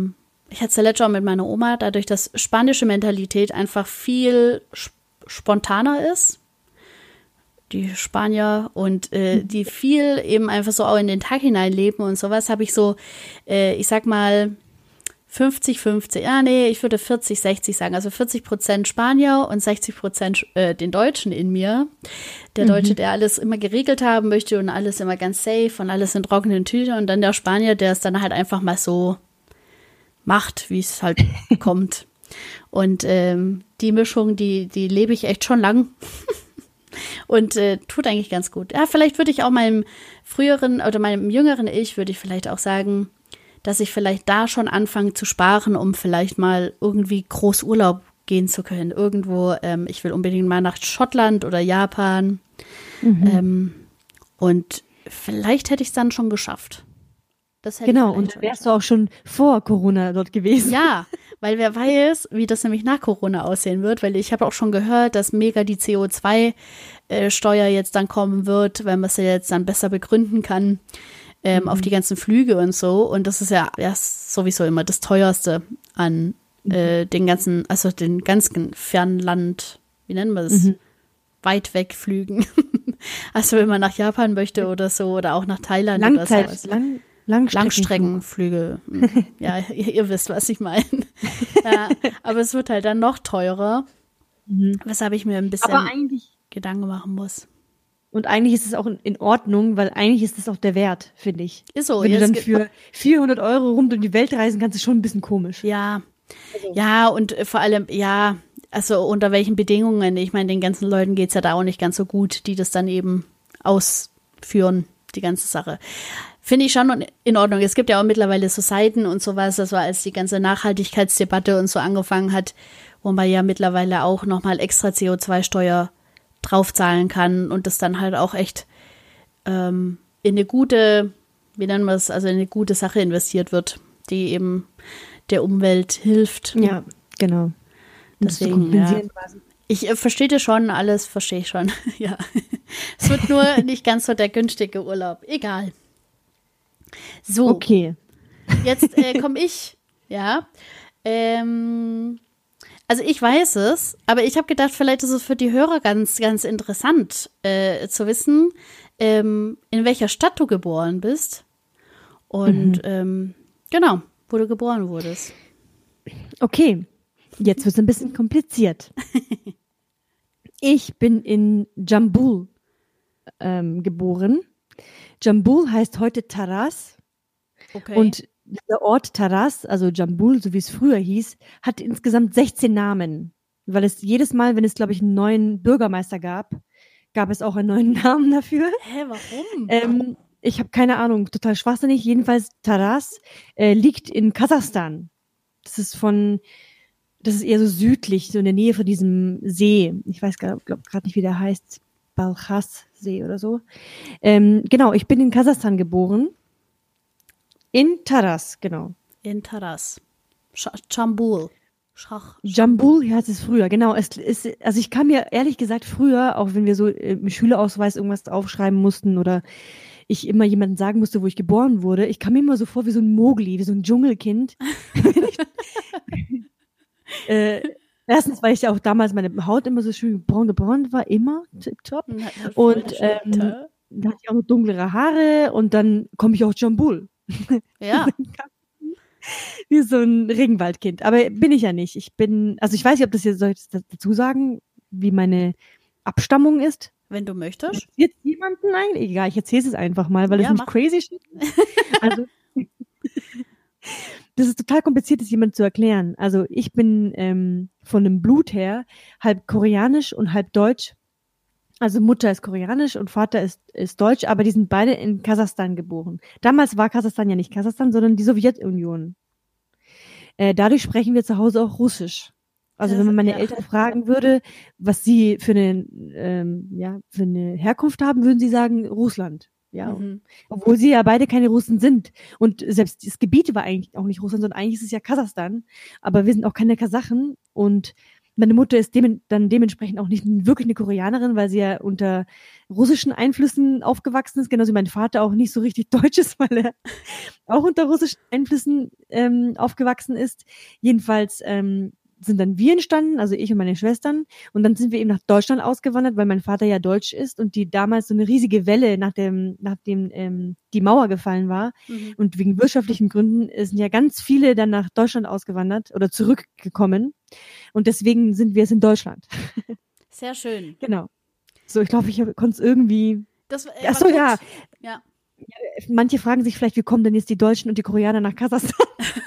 ich hatte es ja letztes Mal mit meiner Oma, dadurch, dass spanische Mentalität einfach viel sp- spontaner ist. Die Spanier und äh, die viel eben einfach so auch in den Tag hineinleben und sowas, habe ich so, äh, ich sag mal, fünfzig fünfzig, ah nee, ich würde vierzig sechzig sagen, also vierzig Prozent Spanier und sechzig Prozent äh, den Deutschen in mir. Der Deutsche, mhm. der alles immer geregelt haben möchte und alles immer ganz safe und alles in trockenen Tüchern und dann der Spanier, der es dann halt einfach mal so macht, wie es halt kommt. Und ähm, die Mischung, die, die lebe ich echt schon lang. Und äh, tut eigentlich ganz gut. Ja, vielleicht würde ich auch meinem früheren oder meinem jüngeren Ich, würde ich vielleicht auch sagen, dass ich vielleicht da schon anfange zu sparen, um vielleicht mal irgendwie groß Urlaub gehen zu können. Irgendwo, ähm, ich will unbedingt mal nach Schottland oder Japan. Mhm. Ähm, und vielleicht hätte ich es dann schon geschafft. Das hätte genau, und wärst du auch schon vor Corona dort gewesen. Ja, weil wer weiß, wie das nämlich nach Corona aussehen wird, weil ich habe auch schon gehört, dass mega die C O zwei Steuer jetzt dann kommen wird, weil man es ja jetzt dann besser begründen kann ähm, mhm. auf die ganzen Flüge und so. Und das ist ja, ja sowieso immer das teuerste an äh, den ganzen, also den ganzen Fernland, wie nennen wir das? Mhm. Weit weg Flügen. Also wenn man nach Japan möchte oder so oder auch nach Thailand Langzeit, oder so. Lang Langstreckenflüge. Ja, ihr, ihr wisst, was ich meine. Ja, aber es wird halt dann noch teurer, mhm. weshalb ich mir ein bisschen aber eigentlich, Gedanken machen muss. Und eigentlich ist es auch in Ordnung, weil eigentlich ist es auch der Wert, finde ich. Ist so. Wenn du dann für vierhundert Euro rund um die Welt reisen kannst, ist schon ein bisschen komisch. Ja, also. Ja und vor allem, ja, also unter welchen Bedingungen. Ich meine, den ganzen Leuten geht's ja da auch nicht ganz so gut, die das dann eben ausführen, die ganze Sache. Finde ich schon in Ordnung. Es gibt ja auch mittlerweile so Seiten und sowas, das war, als die ganze Nachhaltigkeitsdebatte und so angefangen hat, wo man ja mittlerweile auch nochmal extra C O zwei Steuer draufzahlen kann und das dann halt auch echt ähm, in eine gute, wie nennen wir es, also in eine gute Sache investiert wird, die eben der Umwelt hilft. Ja, genau. Deswegen, ja. Ich äh, verstehe das schon, alles verstehe ich schon. Ja. Es wird nur nicht ganz so der günstige Urlaub. Egal. So. Okay. Jetzt äh, komme ich, ja. Ähm, also ich weiß es, aber ich habe gedacht, vielleicht ist es für die Hörer ganz, ganz interessant äh, zu wissen, ähm, in welcher Stadt du geboren bist. Und mhm. ähm, genau, wo du geboren wurdest. Okay, jetzt wird es ein bisschen kompliziert. Ich bin in Jambul ähm, geboren. Jambul heißt heute Taraz. Okay. Und der Ort Taraz, also Jambul, so wie es früher hieß, hat insgesamt sechzehn Namen. Weil es jedes Mal, wenn es, glaube ich, einen neuen Bürgermeister gab, gab es auch einen neuen Namen dafür. Hä, warum? Ähm, ich habe keine Ahnung, total schwachsinnig. Jedenfalls Taraz äh, liegt in Kasachstan. Das ist von, das ist eher so südlich, so in der Nähe von diesem See. Ich weiß gerade glaub, nicht, wie der heißt. Balchas-See oder so. Ähm, genau, ich bin in Kasachstan geboren. In Taraz, genau. In Taraz. Jambul. Jambul heißt es früher, genau. Es ist, also ich kam mir ehrlich gesagt früher, auch wenn wir so im Schülerausweis irgendwas aufschreiben mussten oder ich immer jemandem sagen musste, wo ich geboren wurde, ich kam mir immer so vor wie so ein Mowgli, wie so ein Dschungelkind. äh, erstens, weil ich ja auch damals meine Haut immer so schön braun gebrannt war, immer tipptopp. Und ähm, dann hatte ich auch noch dunklere Haare und dann komme ich aus Jambul. Ja. Wie so ein Regenwaldkind. Aber bin ich ja nicht. Ich bin, also ich weiß nicht, ob das jetzt, soll ich das dazu sagen, wie meine Abstammung ist? Wenn du möchtest. Jetzt jemanden? Nein, egal, ich erzähle es einfach mal, weil ja, es nicht crazy ist. Also, das ist total kompliziert, das jemand zu erklären. Also ich bin ähm, von dem Blut her halb koreanisch und halb deutsch. Also Mutter ist koreanisch und Vater ist, ist deutsch, aber die sind beide in Kasachstan geboren. Damals war Kasachstan ja nicht Kasachstan, sondern die Sowjetunion. Äh, dadurch sprechen wir zu Hause auch Russisch. Also das, wenn man meine ja. Eltern fragen würde, was sie für eine, ähm, ja, für eine Herkunft haben, würden sie sagen Russland. Ja, mhm. Obwohl sie ja beide keine Russen sind. Und selbst das Gebiet war eigentlich auch nicht Russland, sondern eigentlich ist es ja Kasachstan. Aber wir sind auch keine Kasachen und Meine Mutter ist dem, dann dementsprechend auch nicht wirklich eine Koreanerin, weil sie ja unter russischen Einflüssen aufgewachsen ist, genauso wie mein Vater auch nicht so richtig deutsch ist, weil er auch unter russischen Einflüssen ähm, aufgewachsen ist. Jedenfalls ähm, sind dann wir entstanden, also ich und meine Schwestern, und dann sind wir eben nach Deutschland ausgewandert, weil mein Vater ja deutsch ist und die damals so eine riesige Welle, nachdem, nachdem ähm, die Mauer gefallen war mhm. und wegen wirtschaftlichen Gründen sind ja ganz viele dann nach Deutschland ausgewandert oder zurückgekommen und deswegen sind wir jetzt in Deutschland. Sehr schön. Genau. So, ich glaube, ich konnte es irgendwie... Das, äh, Ach so, ja. ja. Manche fragen sich vielleicht, wie kommen denn jetzt die Deutschen und die Koreaner nach Kasachstan?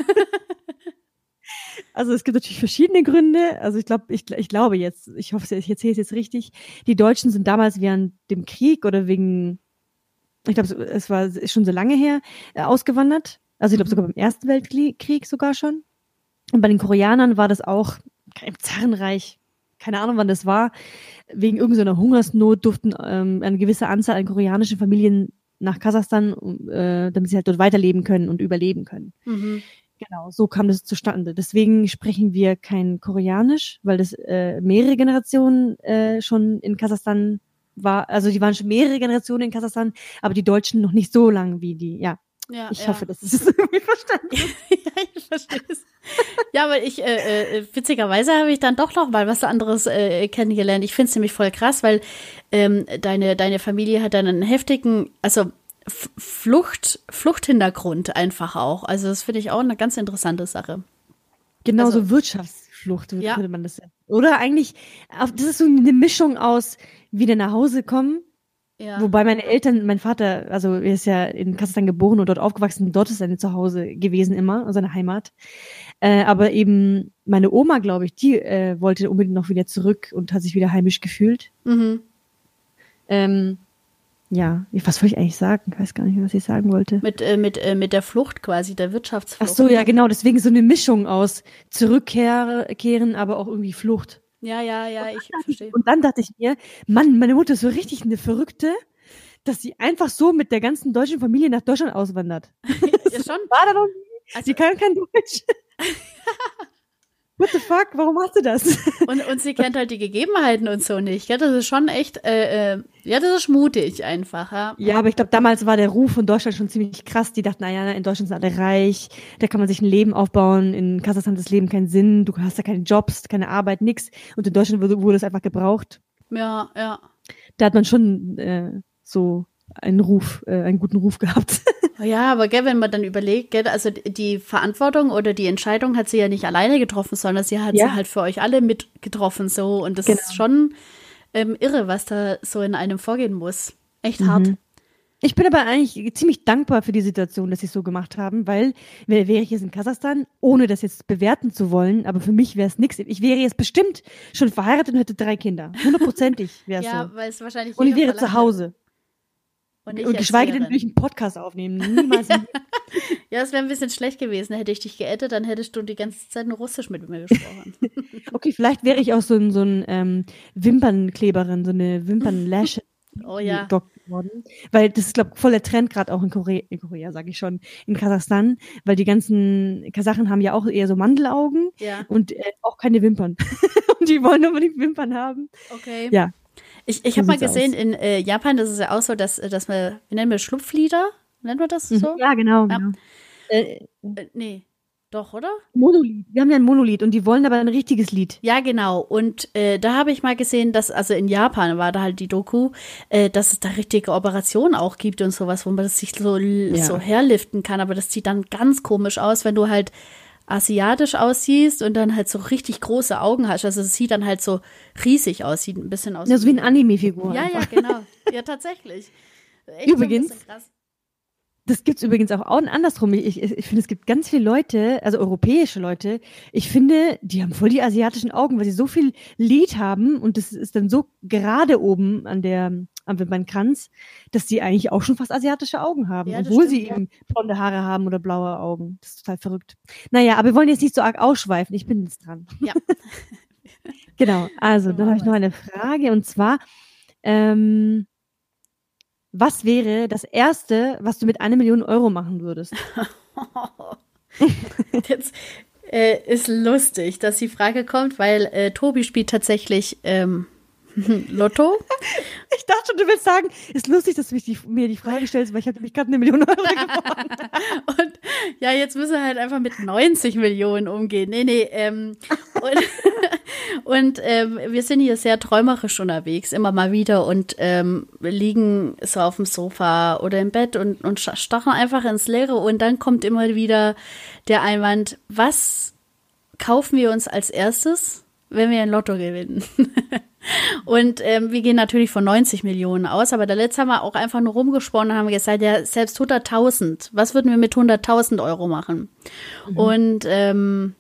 Also es gibt natürlich verschiedene Gründe. Also ich glaube, ich, ich glaube jetzt, ich hoffe, ich erzähle es jetzt richtig. Die Deutschen sind damals während dem Krieg oder wegen, ich glaube, es war ist schon so lange her, äh, ausgewandert. Also ich glaube sogar beim Ersten Weltkrieg sogar schon. Und bei den Koreanern war das auch im Zarenreich, keine Ahnung, wann das war. Wegen irgendeiner Hungersnot durften ähm, eine gewisse Anzahl an koreanischen Familien nach Kasachstan, äh, damit sie halt dort weiterleben können und überleben können. Mhm. Genau, so kam das zustande. Deswegen sprechen wir kein Koreanisch, weil das äh, mehrere Generationen äh, schon in Kasachstan war. Also die waren schon mehrere Generationen in Kasachstan, aber die Deutschen noch nicht so lang wie die. Ja, ja ich ja. hoffe, das ist irgendwie verstanden. Ja, ich verstehe es. Ja, aber ich, äh, äh, witzigerweise habe ich dann doch noch mal was anderes äh, kennengelernt. Ich finde es nämlich voll krass, weil ähm, deine, deine Familie hat dann einen heftigen, also Flucht, Fluchthintergrund einfach auch. Also das finde ich auch eine ganz interessante Sache. Genau, also, so Wirtschaftsflucht ja. würde man das ja. Oder eigentlich, das ist so eine Mischung aus wieder nach Hause kommen, ja. wobei meine Eltern, mein Vater, also er ist ja in Kasachstan geboren und dort aufgewachsen, dort ist seine Zuhause gewesen immer, seine Heimat. Äh, aber eben meine Oma, glaube ich, die äh, wollte unbedingt noch wieder zurück und hat sich wieder heimisch gefühlt. Mhm. Ähm, Ja, was wollte ich eigentlich sagen? Ich weiß gar nicht mehr, was ich sagen wollte. Mit, äh, mit, äh, mit der Flucht quasi, der Wirtschaftsflucht. Ach so, ja, genau. Deswegen so eine Mischung aus Zurückkehren, aber auch irgendwie Flucht. Ja, ja, ja, ich verstehe. Und dann dachte ich mir, Mann, meine Mutter ist so richtig eine Verrückte, dass sie einfach so mit der ganzen deutschen Familie nach Deutschland auswandert. Ja, schon. War da noch nie. Also, sie kann kein Deutsch. What the fuck? Warum machst du das? Und, und sie kennt halt die Gegebenheiten und so nicht. Ja, das ist schon echt, äh, äh, ja, das ist mutig einfach. Ja, ja aber ich glaube, damals war der Ruf von Deutschland schon ziemlich krass. Die dachten, naja, in Deutschland sind alle reich, da kann man sich ein Leben aufbauen. In Kasachstan hat das Leben keinen Sinn, du hast da keine Jobs, keine Arbeit, nix. Und in Deutschland wurde, wurde es einfach gebraucht. Ja, ja. Da hat man schon äh, so einen Ruf, äh, einen guten Ruf gehabt. Ja, aber gell, wenn man dann überlegt, gell, also die Verantwortung oder die Entscheidung hat sie ja nicht alleine getroffen, sondern sie hat ja. sie halt für euch alle mitgetroffen so und das genau. ist schon ähm, irre, was da so in einem vorgehen muss. Echt mhm. hart. Ich bin aber eigentlich ziemlich dankbar für die Situation, dass sie es so gemacht haben, weil wäre ich jetzt in Kasachstan, ohne das jetzt bewerten zu wollen, aber für mich wäre es nichts. Ich wäre jetzt bestimmt schon verheiratet und hätte drei Kinder. Hundertprozentig wäre es ja, so. Weil es wahrscheinlich und ich wäre zu Hause. Und, und geschweige denn durch einen Podcast aufnehmen. Niemals. Ja, es wäre ein bisschen schlecht gewesen. Hätte ich dich geaddet, dann hättest du die ganze Zeit nur Russisch mit mir gesprochen. Okay, vielleicht wäre ich auch so ein, so ein ähm, Wimpernkleberin, so eine Wimpernlasche. Oh ja. Geworden. Weil das ist, glaube ich, voll der Trend gerade auch in Korea, in Korea sage ich schon, in Kasachstan, weil die ganzen Kasachen haben ja auch eher so Mandelaugen ja. und äh, auch keine Wimpern. Und die wollen unbedingt Wimpern haben. Okay. Ja. Ich, ich habe mal gesehen, aus. in äh, Japan, das ist ja auch so, dass, dass wir, wie nennen wir Schlupflieder? Nennt man das so? Ja, genau. Ja. genau. Äh, äh, nee, doch, oder? Monolied. Wir haben ja ein Monolied und die wollen aber ein richtiges Lied. Ja, genau. Und äh, da habe ich mal gesehen, dass, also in Japan war da halt die Doku, äh, dass es da richtige Operationen auch gibt und sowas, wo man das sich so, ja. so herliften kann. Aber das sieht dann ganz komisch aus, wenn du halt asiatisch aussiehst und dann halt so richtig große Augen hast. Also es sieht dann halt so riesig aus, sieht ein bisschen aus. Ja, so wie eine Anime-Figur. Ja, einfach. ja, genau. Ja, tatsächlich. Echt Übrigens, so krass. Das gibt's übrigens auch andersrum. Ich, ich, ich finde, es gibt ganz viele Leute, also europäische Leute, ich finde, die haben voll die asiatischen Augen, weil sie so viel Lid haben und das ist dann so gerade oben an der am Wimpernkranz, dass die eigentlich auch schon fast asiatische Augen haben, ja, obwohl stimmt, sie ja. eben blonde Haare haben oder blaue Augen. Das ist total verrückt. Naja, aber wir wollen jetzt nicht so arg ausschweifen. Ich bin jetzt dran. Ja. Genau, also dann habe ich noch eine Frage und zwar, ähm, was wäre das Erste, was du mit einer Million Euro machen würdest? Jetzt, äh, ist lustig, dass die Frage kommt, weil äh, Tobi spielt tatsächlich ähm, Lotto. Ich dachte, du willst sagen, ist lustig, dass du mich die, mir die Frage stellst, weil ich habe nämlich gerade eine Million Euro gewonnen. Und ja, jetzt müssen wir halt einfach mit neunzig Millionen umgehen. Nee, nee, ähm, und, und ähm, wir sind hier sehr träumerisch unterwegs, immer mal wieder und ähm, liegen so auf dem Sofa oder im Bett und, und starren einfach ins Leere und dann kommt immer wieder der Einwand, was kaufen wir uns als erstes, wenn wir ein Lotto gewinnen? Und ähm, wir gehen natürlich von neunzig Millionen aus, aber da letzte haben wir auch einfach nur rumgesponnen und haben gesagt, ja, selbst hunderttausend, was würden wir mit hunderttausend Euro machen? Mhm. Und ähm,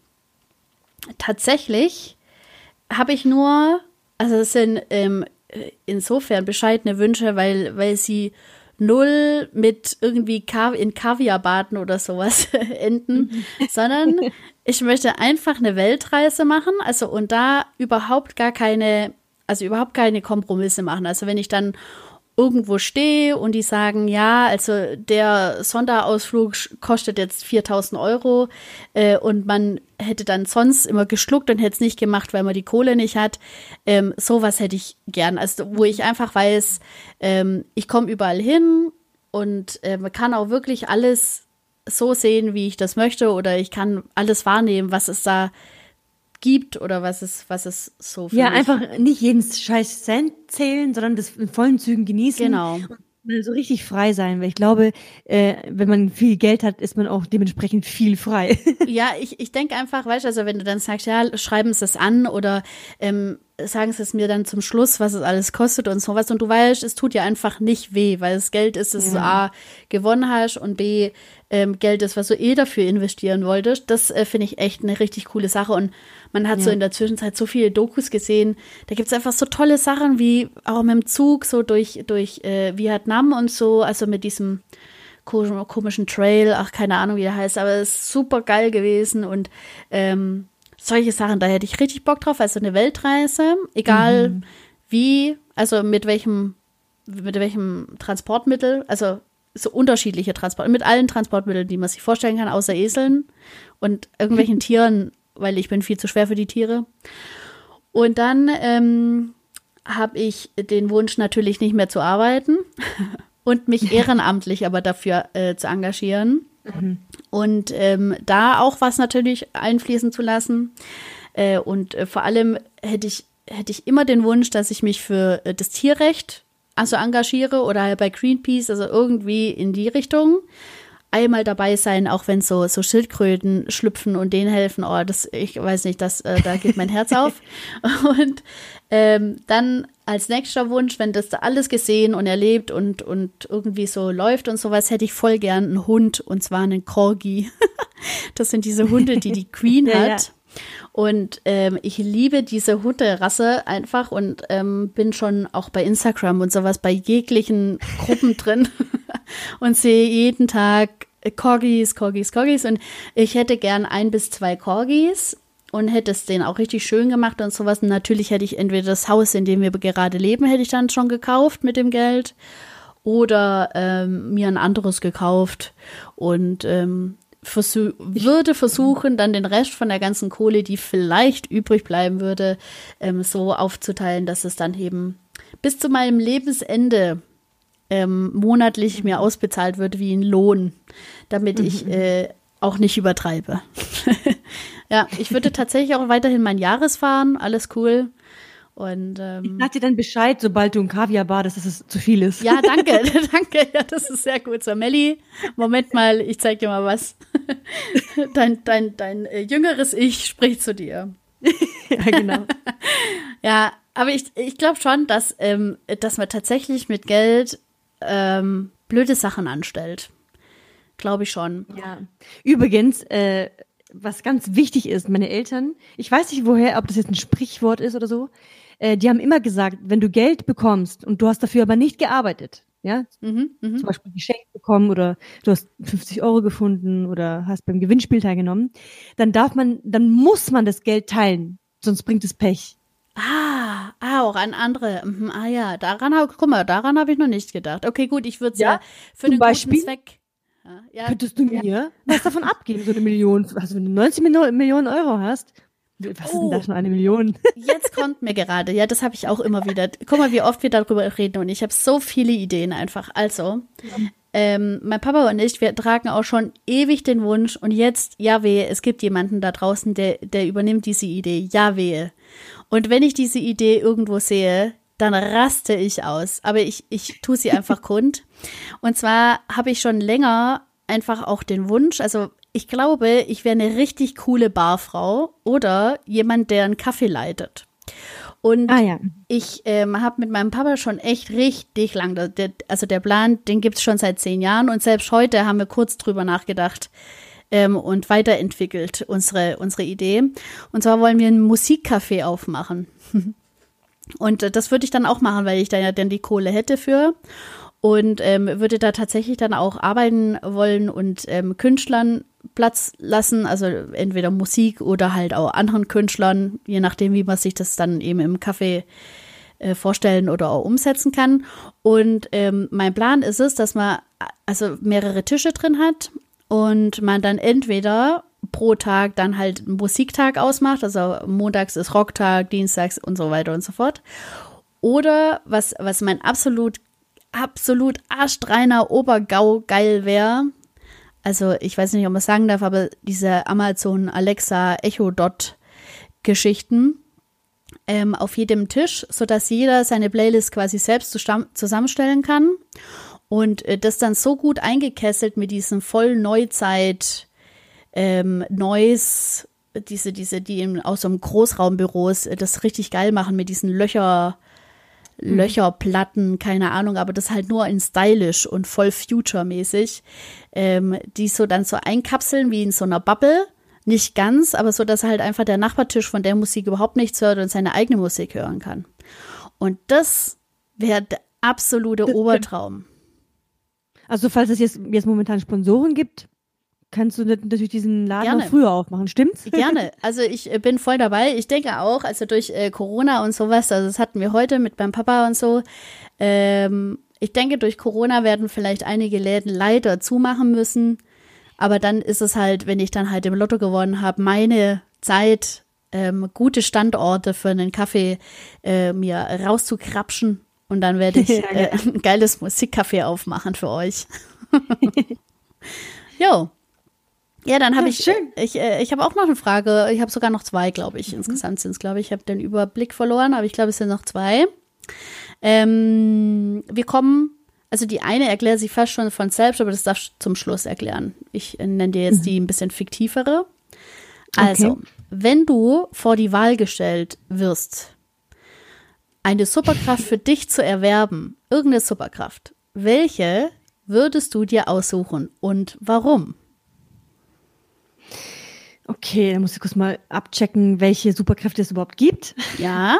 tatsächlich habe ich nur, also es sind ähm, insofern bescheidene Wünsche, weil, weil sie null mit irgendwie Kav- in Kaviar baden oder sowas enden, mhm. sondern ich möchte einfach eine Weltreise machen, also und da überhaupt gar keine Also überhaupt keine Kompromisse machen. Also wenn ich dann irgendwo stehe und die sagen, ja, also der Sonderausflug kostet jetzt viertausend Euro äh, und man hätte dann sonst immer geschluckt und hätte es nicht gemacht, weil man die Kohle nicht hat. Ähm, sowas hätte ich gern. Also wo ich einfach weiß, ähm, ich komme überall hin und äh, man kann auch wirklich alles so sehen, wie ich das möchte oder ich kann alles wahrnehmen, was es da gibt oder was es, was es so für Ja, mich. einfach nicht jeden scheiß Cent zählen, sondern das in vollen Zügen genießen. Genau. Und mal so richtig frei sein, weil ich glaube, äh, wenn man viel Geld hat, ist man auch dementsprechend viel frei. Ja, ich, ich denke einfach, weißt du, also wenn du dann sagst, ja, schreiben Sie es an oder ähm, sagen Sie es mir dann zum Schluss, was es alles kostet und sowas und du weißt, es tut ja einfach nicht weh, weil das Geld ist, das ja. du A, gewonnen hast und B, ähm, Geld ist, was du eh dafür investieren wolltest. Das äh, finde ich echt eine richtig coole Sache und man hat ja. so in der Zwischenzeit so viele Dokus gesehen, da gibt es einfach so tolle Sachen, wie auch mit dem Zug so durch, durch äh, Vietnam und so, also mit diesem komischen Trail, ach, keine Ahnung, wie der heißt, aber es ist super geil gewesen und ähm, solche Sachen, da hätte ich richtig Bock drauf, also eine Weltreise, egal mhm. wie, also mit welchem, mit welchem Transportmittel, also so unterschiedliche Transport, mit allen Transportmitteln, die man sich vorstellen kann, außer Eseln und irgendwelchen Tieren, weil ich bin viel zu schwer für die Tiere. Und dann ähm, habe ich den Wunsch natürlich nicht mehr zu arbeiten und mich ehrenamtlich aber dafür äh, zu engagieren mhm. und ähm, da auch was natürlich einfließen zu lassen. Äh, und äh, vor allem hätte ich, hätte ich immer den Wunsch, dass ich mich für äh, das Tierrecht also engagiere oder bei Greenpeace, also irgendwie in die Richtung. Einmal dabei sein, auch wenn so, so Schildkröten schlüpfen und denen helfen. Oh, das, ich weiß nicht, das, äh, da geht mein Herz auf. Und ähm, dann als nächster Wunsch, wenn das da alles gesehen und erlebt und, und irgendwie so läuft und sowas, hätte ich voll gern einen Hund und zwar einen Corgi. Das sind diese Hunde, die die Queen ja, hat. Ja. Und ähm, ich liebe diese Hunderasse einfach und ähm, bin schon auch bei Instagram und sowas bei jeglichen Gruppen drin und sehe jeden Tag Corgis, Corgis, Corgis und ich hätte gern ein bis zwei Corgis und hätte es denen auch richtig schön gemacht und sowas. Und natürlich hätte ich entweder das Haus, in dem wir gerade leben, hätte ich dann schon gekauft mit dem Geld oder ähm, mir ein anderes gekauft und ähm, Versuch, würde versuchen, dann den Rest von der ganzen Kohle, die vielleicht übrig bleiben würde, ähm, so aufzuteilen, dass es dann eben bis zu meinem Lebensende ähm, monatlich mir ausbezahlt wird wie ein Lohn, damit mhm. ich äh, auch nicht übertreibe. Ja, ich würde tatsächlich auch weiterhin mein Jahres fahren, alles cool. Und, ähm, ich sag dir dann Bescheid, sobald du ein Kaviar badest, dass es zu viel ist. Ja, danke, danke. Ja, das ist sehr gut. So, Melli, Moment mal, ich zeig dir mal was. Dein, dein, dein äh, jüngeres Ich spricht zu dir. Ja, genau. Ja, aber ich, ich glaube schon, dass, ähm, dass man tatsächlich mit Geld ähm, blöde Sachen anstellt. Glaube ich schon. Ja. Übrigens, äh, was ganz wichtig ist, meine Eltern, ich weiß nicht woher, ob das jetzt ein Sprichwort ist oder so, äh, die haben immer gesagt, wenn du Geld bekommst und du hast dafür aber nicht gearbeitet, ja, mhm, mh. zum Beispiel geschenkt bekommen oder du hast fünfzig Euro gefunden oder hast beim Gewinnspiel teilgenommen, dann darf man, dann muss man das Geld teilen, sonst bringt es Pech. Ah, ah, auch an andere. Mhm, ah ja, daran, guck mal, daran habe ich noch nicht gedacht. Okay, gut, ich würde es ja, ja für den Beispiel, guten Zweck. Ja, ja. Könntest du mir was davon abgeben, so eine Million? Also wenn du neunzig Millionen Euro hast, was Oh. ist denn da schon eine Million? Jetzt kommt mir gerade, ja, das habe ich auch immer wieder. Guck mal, wie oft wir darüber reden und ich habe so viele Ideen einfach. Also, ähm, mein Papa und ich, wir tragen auch schon ewig den Wunsch und jetzt, ja wehe, es gibt jemanden da draußen, der, der übernimmt diese Idee, ja wehe. Und wenn ich diese Idee irgendwo sehe, dann raste ich aus. Aber ich, ich tue sie einfach kund. Und zwar habe ich schon länger einfach auch den Wunsch, also ich glaube, ich wäre eine richtig coole Barfrau oder jemand, der einen Kaffee leitet. Und Ah ja. ich ähm, habe mit meinem Papa schon echt richtig lang, der, also der Plan, den gibt es schon seit zehn Jahren und selbst heute haben wir kurz drüber nachgedacht ähm, und weiterentwickelt unsere, unsere Idee. Und zwar wollen wir ein Musikcafé aufmachen. Und äh, das würde ich dann auch machen, weil ich da ja dann die Kohle hätte für. Und ähm, würde da tatsächlich dann auch arbeiten wollen und ähm, Künstlern Platz lassen, also entweder Musik oder halt auch anderen Künstlern, je nachdem, wie man sich das dann eben im Café äh, vorstellen oder auch umsetzen kann. Und ähm, mein Plan ist es, dass man also mehrere Tische drin hat und man dann entweder pro Tag dann halt einen Musiktag ausmacht, also montags ist Rocktag, dienstags und so weiter und so fort. Oder was, was mein absolut absolut arschreiner Obergau geil wäre. Also ich weiß nicht, ob man sagen darf, aber diese Amazon Alexa Echo Dot Geschichten ähm, auf jedem Tisch, sodass jeder seine Playlist quasi selbst zusammenstellen kann und äh, das dann so gut eingekesselt mit diesen voll Neuzeit ähm, Noise, diese, diese, die in, aus so einem Großraumbüros äh, das richtig geil machen mit diesen Löcher Löcherplatten, keine Ahnung, aber das halt nur in stylisch und voll future-mäßig, ähm, die so dann so einkapseln wie in so einer Bubble. Nicht ganz, aber so, dass halt einfach der Nachbartisch von der Musik überhaupt nichts hört und seine eigene Musik hören kann. Und das wäre der absolute das Obertraum. Also falls es jetzt, jetzt momentan Sponsoren gibt, kannst du natürlich diesen Laden Gerne. noch früher aufmachen, stimmt's? Gerne. Also ich bin voll dabei. Ich denke auch, also durch äh, Corona und sowas, also das hatten wir heute mit meinem Papa und so. Ähm, ich denke, durch Corona werden vielleicht einige Läden leider zumachen müssen. Aber dann ist es halt, wenn ich dann halt im Lotto gewonnen habe, meine Zeit, ähm, gute Standorte für einen Kaffee äh, mir rauszukrapschen. Und dann werde ich äh, ein geiles Musikcafé aufmachen für euch. Jo. Ja, dann habe ja, ich, schön. ich, äh, ich habe auch noch eine Frage. Ich habe sogar noch zwei, glaube ich. Mhm. Insgesamt sind es, glaube ich, ich habe den Überblick verloren, aber ich glaube, es sind noch zwei. Ähm, wir kommen, also die eine erklärt sich fast schon von selbst, aber das darf ich zum Schluss erklären. Ich äh, nenne dir jetzt mhm. die ein bisschen fiktivere. Also, okay. Wenn du vor die Wahl gestellt wirst, eine Superkraft für dich zu erwerben, irgendeine Superkraft, welche würdest du dir aussuchen und warum? Okay, dann muss ich kurz mal abchecken, welche Superkräfte es überhaupt gibt. Ja.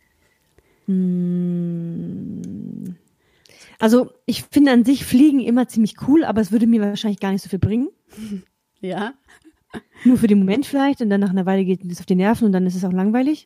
Also ich finde an sich Fliegen immer ziemlich cool, aber es würde mir wahrscheinlich gar nicht so viel bringen. Ja. Nur für den Moment vielleicht und dann nach einer Weile geht es auf die Nerven und dann ist es auch langweilig.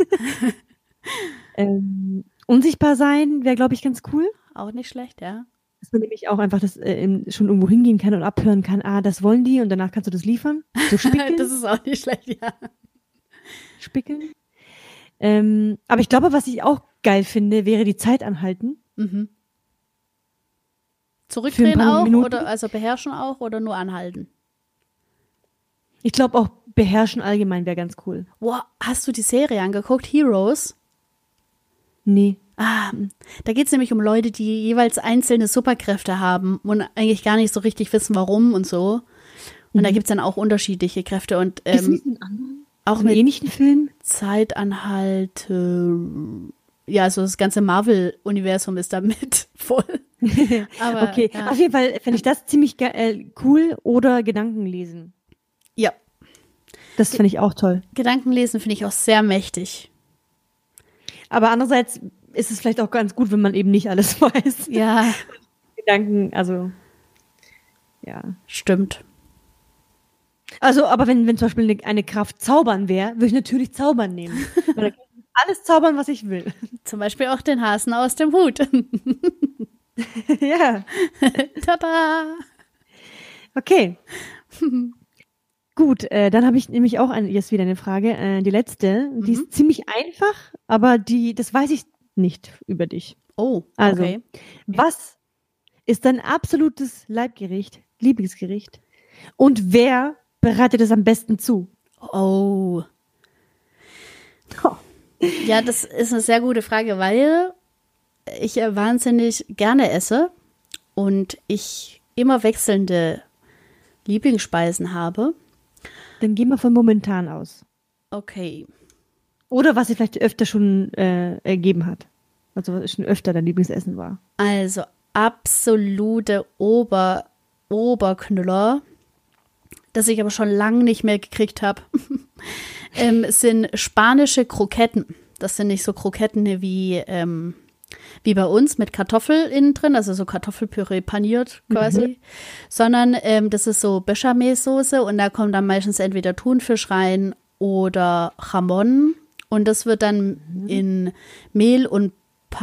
ähm, unsichtbar sein wäre, glaube ich, ganz cool. Auch nicht schlecht, ja. Dass man nämlich auch einfach das, äh, schon irgendwo hingehen kann und abhören kann, ah, das wollen die und danach kannst du das liefern. So spickeln. Das ist auch nicht schlecht, ja. Spickeln. Ähm, aber ich glaube, was ich auch geil finde, wäre die Zeit anhalten. Mhm. Zurückdrehen auch Minuten. Oder also beherrschen auch oder nur anhalten? Ich glaube auch beherrschen allgemein wäre ganz cool. Wow, hast du die Serie angeguckt, Heroes? Nee. Ah, da geht es nämlich um Leute, die jeweils einzelne Superkräfte haben und eigentlich gar nicht so richtig wissen, warum und so. Und mhm. da gibt es dann auch unterschiedliche Kräfte. Und ähm, ist nicht ein anderen, auch mit ähnlichen Film? Zeitanhalt. Äh, ja, also das ganze Marvel-Universum ist da mit voll. Aber, okay, ja. Auf jeden Fall fände ich das ziemlich ge- äh, cool oder Gedanken lesen. Ja. Das finde ich auch toll. Gedankenlesen finde ich auch sehr mächtig. Aber andererseits ist es vielleicht auch ganz gut, wenn man eben nicht alles weiß. Ja. Gedanken, also, ja. Stimmt. Also, aber wenn, wenn zum Beispiel eine, eine Kraft zaubern wäre, würde ich natürlich zaubern nehmen. Weil dann kann ich alles zaubern, was ich will. Zum Beispiel auch den Hasen aus dem Hut. Ja. Tada! Okay. Gut, äh, dann habe ich nämlich auch ein, jetzt wieder eine Frage. Äh, die letzte, mhm. die ist ziemlich einfach, aber die, das weiß ich nicht über dich. Oh, also, okay. Was ist dein absolutes Leibgericht, Lieblingsgericht? Und wer bereitet es am besten zu? Oh. oh. Ja, das ist eine sehr gute Frage, weil ich äh, wahnsinnig gerne esse und ich immer wechselnde Lieblingsspeisen habe. Dann gehen wir von momentan aus. Okay. Oder was sich vielleicht öfter schon äh, ergeben hat. Also was schon öfter dein Lieblingsessen war. Also absolute Ober, Oberknüller, das ich aber schon lange nicht mehr gekriegt habe, ähm, sind spanische Kroketten. Das sind nicht so Kroketten wie, ähm, wie bei uns mit Kartoffel innen drin, also so Kartoffelpüree paniert quasi, mhm. sondern ähm, das ist so Bechamel-Soße und da kommt dann meistens entweder Thunfisch rein oder Jamon und das wird dann mhm. in Mehl und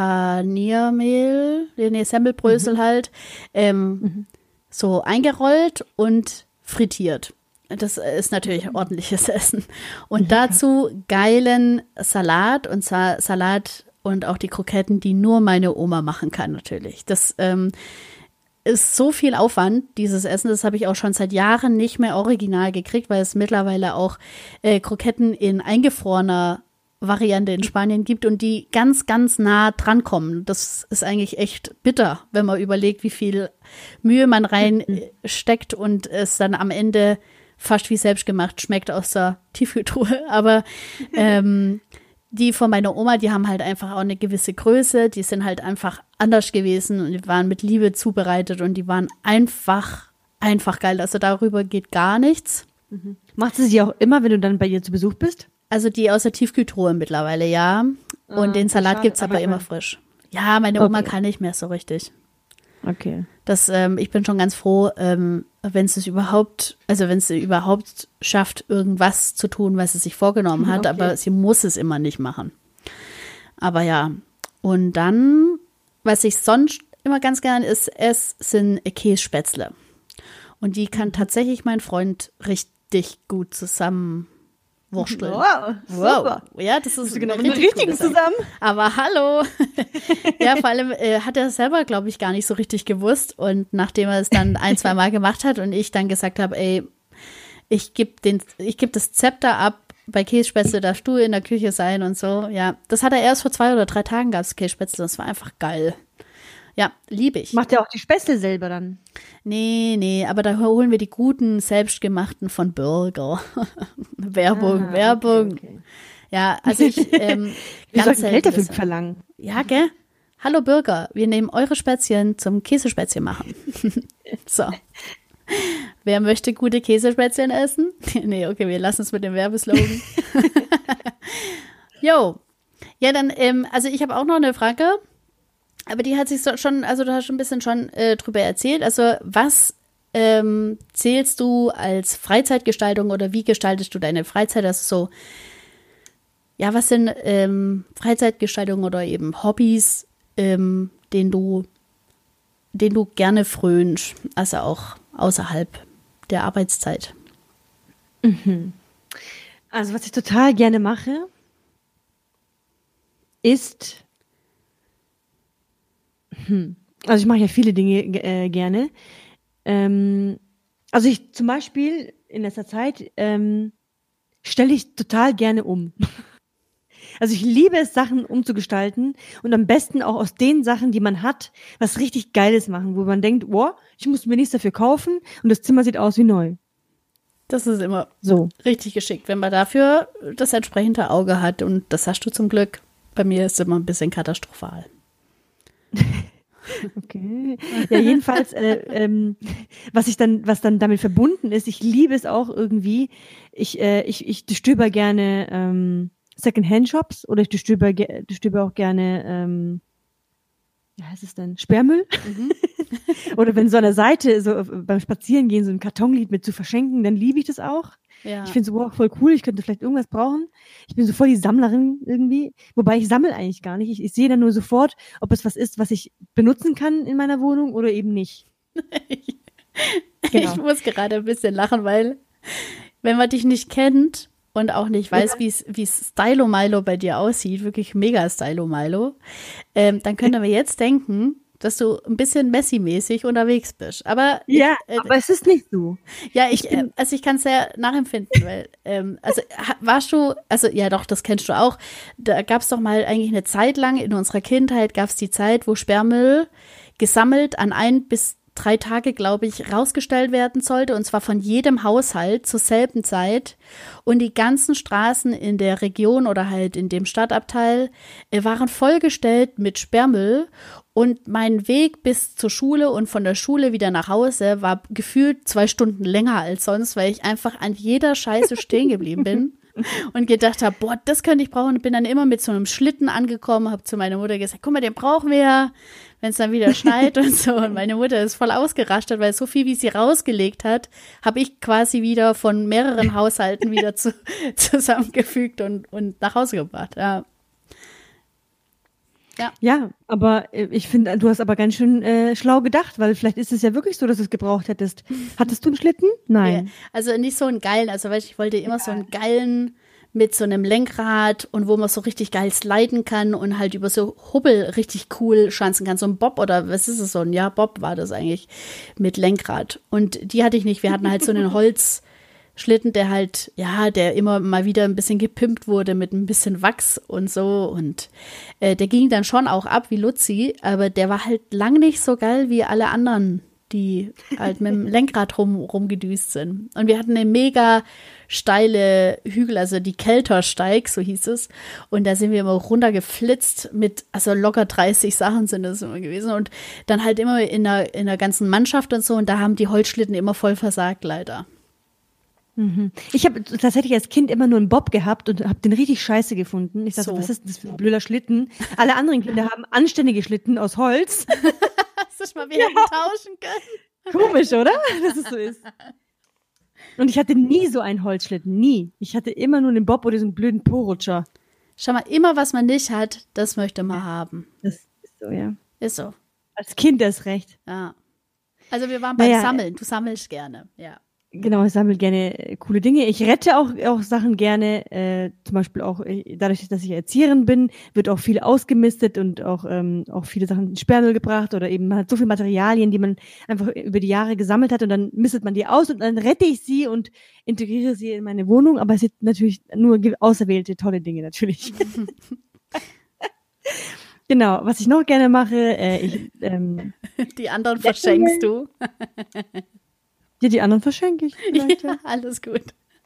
Paniermehl, nee, Semmelbrösel mhm. halt, ähm, mhm. so eingerollt und frittiert. Das ist natürlich ordentliches Essen. Und dazu geilen Salat, und zwar Salat und auch die Kroketten, die nur meine Oma machen kann natürlich. Das ähm, ist so viel Aufwand, dieses Essen. Das habe ich auch schon seit Jahren nicht mehr original gekriegt, weil es mittlerweile auch äh, Kroketten in eingefrorener Variante in Spanien gibt und die ganz, ganz nah drankommen. Das ist eigentlich echt bitter, wenn man überlegt, wie viel Mühe man reinsteckt und es dann am Ende fast wie selbstgemacht schmeckt aus der Tiefkühltruhe. Aber ähm, die von meiner Oma, die haben halt einfach auch eine gewisse Größe. Die sind halt einfach anders gewesen und die waren mit Liebe zubereitet und die waren einfach, einfach geil. Also darüber geht gar nichts. Mhm. Macht sie sie auch immer, wenn du dann bei ihr zu Besuch bist? Also die aus der Tiefkühltruhe mittlerweile, ja. Und ah, den Salat gibt es aber, aber immer frisch. Ja, meine Oma okay. kann nicht mehr so richtig. Okay. Das, ähm, ich bin schon ganz froh, ähm, wenn sie es überhaupt, also wenn sie überhaupt schafft, irgendwas zu tun, was sie sich vorgenommen hat, okay. aber sie muss es immer nicht machen. Aber ja. Und dann, was ich sonst immer ganz gerne esse, esse sind Kässpätzle. Und die kann tatsächlich mein Freund richtig gut zusammen wursteln. Wow, super. Wow. Ja, das ist genau mit richtigen zusammen. Aber hallo. Ja, vor allem äh, hat er selber, glaube ich, gar nicht so richtig gewusst. Und nachdem er es dann ein, zwei Mal gemacht hat und ich dann gesagt habe, ey, ich gebe den, ich gebe das Zepter ab, bei Kässpätzle darfst du in der Küche sein und so. Ja, das hat er erst vor zwei oder drei Tagen gab es Kässpätzle. Das war einfach geil. Ja, liebe ich. Macht er auch die Spätzle selber dann? Nee, nee, aber da holen wir die guten, selbstgemachten von Bürger. Werbung, ah, Werbung. Okay, okay. Ja, also ich ähm, wir sollten Geld dafür verlangen. Ja, gell? Hallo Bürger, wir nehmen eure Spätzchen zum Käsespätzchen machen. So. Wer möchte gute Käsespätzchen essen? Nee, okay, wir lassen es mit dem Werbeslogan. Jo. Ja, dann, ähm, also ich habe auch noch eine Frage. Aber die hat sich so schon, also du hast schon ein bisschen schon äh, drüber erzählt. Also was ähm, zählst du als Freizeitgestaltung oder wie gestaltest du deine Freizeit? Also so, ja, was sind ähm, Freizeitgestaltung oder eben Hobbys, ähm, denen du, denen du gerne frönst, also auch außerhalb der Arbeitszeit? Mhm. Also was ich total gerne mache, ist Also ich mache ja viele Dinge äh, gerne. Ähm, also ich zum Beispiel in letzter Zeit ähm, stelle ich total gerne um. Also ich liebe es, Sachen umzugestalten und am besten auch aus den Sachen, die man hat, was richtig Geiles machen, wo man denkt, wow, ich muss mir nichts dafür kaufen und das Zimmer sieht aus wie neu. Das ist immer so richtig geschickt, wenn man dafür das entsprechende Auge hat und das hast du zum Glück. Bei mir ist es immer ein bisschen katastrophal. Okay. Ja, jedenfalls, äh, ähm, was ich dann, was dann damit verbunden ist, ich liebe es auch irgendwie. Ich, äh, ich, ich stöber gerne ähm, Secondhand-Shops oder ich stöber, stöber auch gerne, ähm, wie heißt es denn? Sperrmüll? Mhm. Oder wenn so an der Seite so beim Spazierengehen so ein Karton liegt mit zu verschenken, dann liebe ich das auch. Ja. Ich finde es wow, voll cool, ich könnte vielleicht irgendwas brauchen. Ich bin so voll die Sammlerin irgendwie, wobei ich sammle eigentlich gar nicht. Ich, ich sehe dann nur sofort, ob es was ist, was ich benutzen kann in meiner Wohnung oder eben nicht. Genau. Ich muss gerade ein bisschen lachen, weil wenn man dich nicht kennt und auch nicht weiß, ja. wie es Stylo Milo bei dir aussieht, wirklich mega Stylo Milo, ähm, dann könnte man jetzt denken, dass du ein bisschen Messi-mäßig unterwegs bist. Aber ja, ich, äh, aber es ist nicht so. Ja, ich, ich äh, also ich kann es sehr nachempfinden, weil, ähm, also warst du, also ja doch, das kennst du auch, da gab es doch mal eigentlich eine Zeit lang, in unserer Kindheit gab es die Zeit, wo Sperrmüll gesammelt an ein bis drei Tage, glaube ich, rausgestellt werden sollte, und zwar von jedem Haushalt zur selben Zeit. Und die ganzen Straßen in der Region oder halt in dem Stadtabteil äh, waren vollgestellt mit Sperrmüll. Und mein Weg bis zur Schule und von der Schule wieder nach Hause war gefühlt zwei Stunden länger als sonst, weil ich einfach an jeder Scheiße stehen geblieben bin und gedacht habe, boah, das könnte ich brauchen. Und bin dann immer mit so einem Schlitten angekommen, habe zu meiner Mutter gesagt, guck mal, den brauchen wir ja, wenn es dann wieder schneit und so. Und meine Mutter ist voll ausgerastet, weil so viel, wie sie rausgelegt hat, habe ich quasi wieder von mehreren Haushalten wieder zu, zusammengefügt und, und nach Hause gebracht, ja. Ja. ja, aber äh, ich finde, du hast aber ganz schön äh, schlau gedacht, weil vielleicht ist es ja wirklich so, dass du es gebraucht hättest. Hattest du einen Schlitten? Nein. Ja, also nicht so einen geilen, also weil ich wollte immer ja. so einen geilen mit so einem Lenkrad und wo man so richtig geil sliden kann und halt über so Hubbel richtig cool schanzen kann. So ein Bob oder was ist es so ein? Ja, Bob war das eigentlich mit Lenkrad. Und die hatte ich nicht. Wir hatten halt so einen Holz Schlitten, der halt, ja, der immer mal wieder ein bisschen gepimpt wurde mit ein bisschen Wachs und so, und äh, der ging dann schon auch ab wie Luzi, aber der war halt lang nicht so geil wie alle anderen, die halt mit dem Lenkrad rum, rumgedüst sind. Und wir hatten eine mega steile Hügel, also die Keltersteig, so hieß es, und da sind wir immer runtergeflitzt mit, also locker dreißig Sachen sind das immer gewesen, und dann halt immer in der, in der ganzen Mannschaft und so, und da haben die Holzschlitten immer voll versagt, leider. Ich habe tatsächlich als Kind immer nur einen Bob gehabt und habe den richtig scheiße gefunden. Ich dachte, so. Was ist denn das für ein blöder Schlitten? Alle anderen Kinder haben anständige Schlitten aus Holz. Hast du schon mal wieder ja. tauschen können? Komisch, oder? Dass es so ist. Und ich hatte nie so einen Holzschlitten, nie. Ich hatte immer nur einen Bob oder so einen blöden Po-Rutscher. Schau mal, immer was man nicht hat, das möchte man haben. Das ist so, ja. Ist so. Als Kind erst recht. Ja. Also wir waren beim naja. Sammeln. Du sammelst gerne, ja. Genau, ich sammle gerne coole Dinge. Ich rette auch, auch Sachen gerne, äh, zum Beispiel auch, dadurch, dass ich Erzieherin bin, wird auch viel ausgemistet und auch, ähm, auch viele Sachen in Sperrmüll gebracht oder eben man hat so viele Materialien, die man einfach über die Jahre gesammelt hat, und dann mistet man die aus und dann rette ich sie und integriere sie in meine Wohnung, aber es sind natürlich nur auserwählte tolle Dinge natürlich. Genau, was ich noch gerne mache, äh, ich, ähm, die anderen verschenkst du. Ja, die anderen verschenke ich. Ja, alles gut.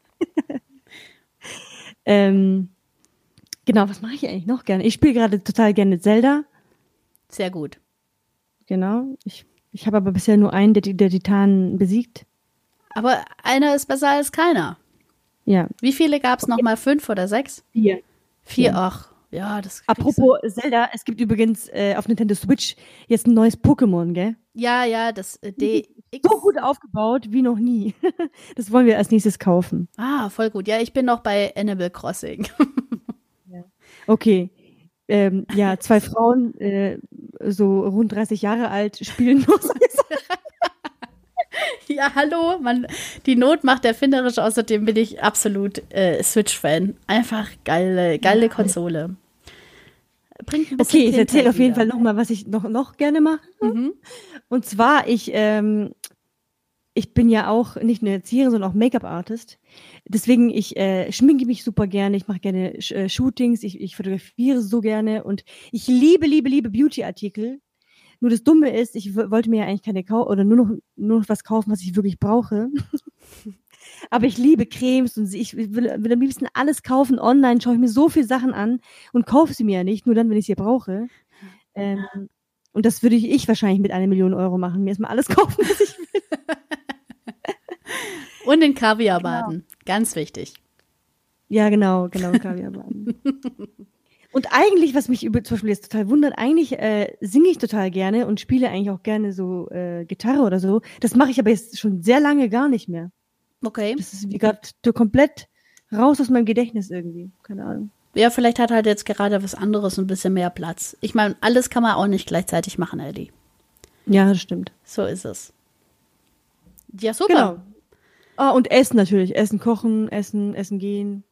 ähm, genau, was mache ich eigentlich noch gerne? Ich spiele gerade total gerne Zelda. Sehr gut. Genau. Ich, ich habe aber bisher nur einen der, der Titanen besiegt. Aber einer ist besser als keiner. Ja. Wie viele gab es nochmal? Fünf oder sechs? Vier. Vier, ja. Ach. Ja, das Apropos so. Zelda, es gibt übrigens äh, auf Nintendo Switch jetzt ein neues Pokémon, gell? Ja, ja, das äh, D X. So gut aufgebaut wie noch nie. Das wollen wir als nächstes kaufen. Ah, voll gut. Ja, ich bin noch bei Animal Crossing. Ja. Okay. Ähm, ja, zwei Frauen, äh, so rund dreißig Jahre alt, spielen los. Ja, hallo, man, die Not macht erfinderisch, außerdem bin ich absolut äh, Switch-Fan. Einfach geile, geile Konsole. Bringt ein bisschen okay, ich erzähle auf jeden wieder. Fall nochmal, was ich noch, noch gerne mache. Mhm. Und zwar, ich, ähm, ich bin ja auch nicht nur Erzieherin, sondern auch Make-up-Artist. Deswegen, ich äh, schminke mich super gerne, ich mache gerne äh, Shootings, ich, ich fotografiere so gerne und ich liebe, liebe, liebe Beauty-Artikel. Nur das Dumme ist, ich w- wollte mir ja eigentlich keine kaufen oder nur noch, nur noch was kaufen, was ich wirklich brauche. Aber ich liebe Cremes und ich will, will am liebsten alles kaufen online, schaue ich mir so viele Sachen an und kaufe sie mir ja nicht, nur dann, wenn ich sie brauche. Ähm, und das würde ich, ich wahrscheinlich mit einer Million Euro machen, mir erstmal alles kaufen, was ich will. Und den Kaviar baden, genau. Ganz wichtig. Ja, genau, genau, Kaviar baden. Und eigentlich, was mich über, zum Beispiel jetzt total wundert, eigentlich äh, singe ich total gerne und spiele eigentlich auch gerne so äh, Gitarre oder so. Das mache ich aber jetzt schon sehr lange gar nicht mehr. Okay. Das ist wie gerade komplett raus aus meinem Gedächtnis irgendwie. Keine Ahnung. Ja, vielleicht hat halt jetzt gerade was anderes ein bisschen mehr Platz. Ich meine, alles kann man auch nicht gleichzeitig machen, Ellie. Ja, das stimmt. So ist es. Ja, super. Genau. Ah, und Essen natürlich. Essen kochen, Essen, Essen gehen.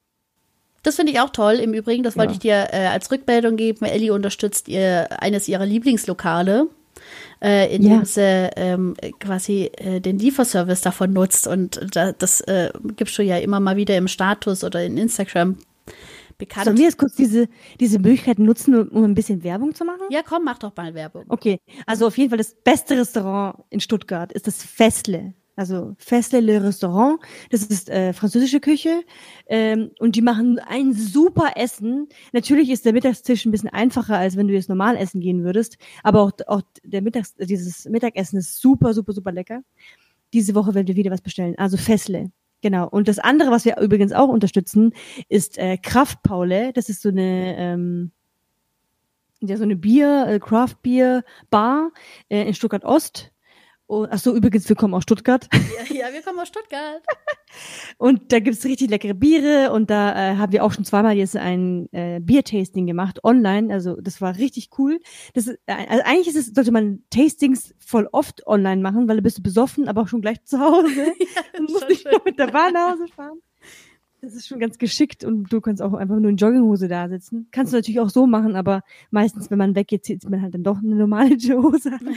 Das finde ich auch toll. Im Übrigen, das wollte Ja. ich dir äh, als Rückmeldung geben. Elli unterstützt ihr eines ihrer Lieblingslokale, äh, indem Ja. sie ähm, quasi äh, den Lieferservice davon nutzt. Und da, das äh, gibst du ja immer mal wieder im Status oder in Instagram bekannt. Sollen wir jetzt kurz diese, diese Möglichkeit nutzen, um, um ein bisschen Werbung zu machen? Ja, komm, mach doch mal Werbung. Okay, also auf jeden Fall das beste Restaurant in Stuttgart ist das Festle. Also Festle Le Restaurant, das ist äh, französische Küche ähm, und die machen ein super Essen. Natürlich ist der Mittagstisch ein bisschen einfacher, als wenn du jetzt normal essen gehen würdest, aber auch, auch der Mittags, dieses Mittagessen ist super, super, super lecker. Diese Woche werden wir wieder was bestellen, also Festle. Genau. Und das andere, was wir übrigens auch unterstützen, ist äh, Kraftpaule. Das ist so eine ähm, ja, so eine Bier, äh, Craft Beer Bar äh, in Stuttgart Ost. Oh, ach so, übrigens, wir kommen aus Stuttgart. Ja, ja, wir kommen aus Stuttgart. Und da gibt's richtig leckere Biere und da äh, haben wir auch schon zweimal jetzt ein äh, Bier-Tasting gemacht, online. Also das war richtig cool. Das ist, äh, also eigentlich ist es, sollte man Tastings voll oft online machen, weil du bist besoffen, aber auch schon gleich zu Hause. Ja, und musst nicht noch mit der Bahn nach Hause fahren. Das ist schon ganz geschickt und du kannst auch einfach nur in Jogginghose da sitzen. Kannst du natürlich auch so machen, aber meistens, wenn man weggeht, zieht man halt dann doch eine normale Hose an.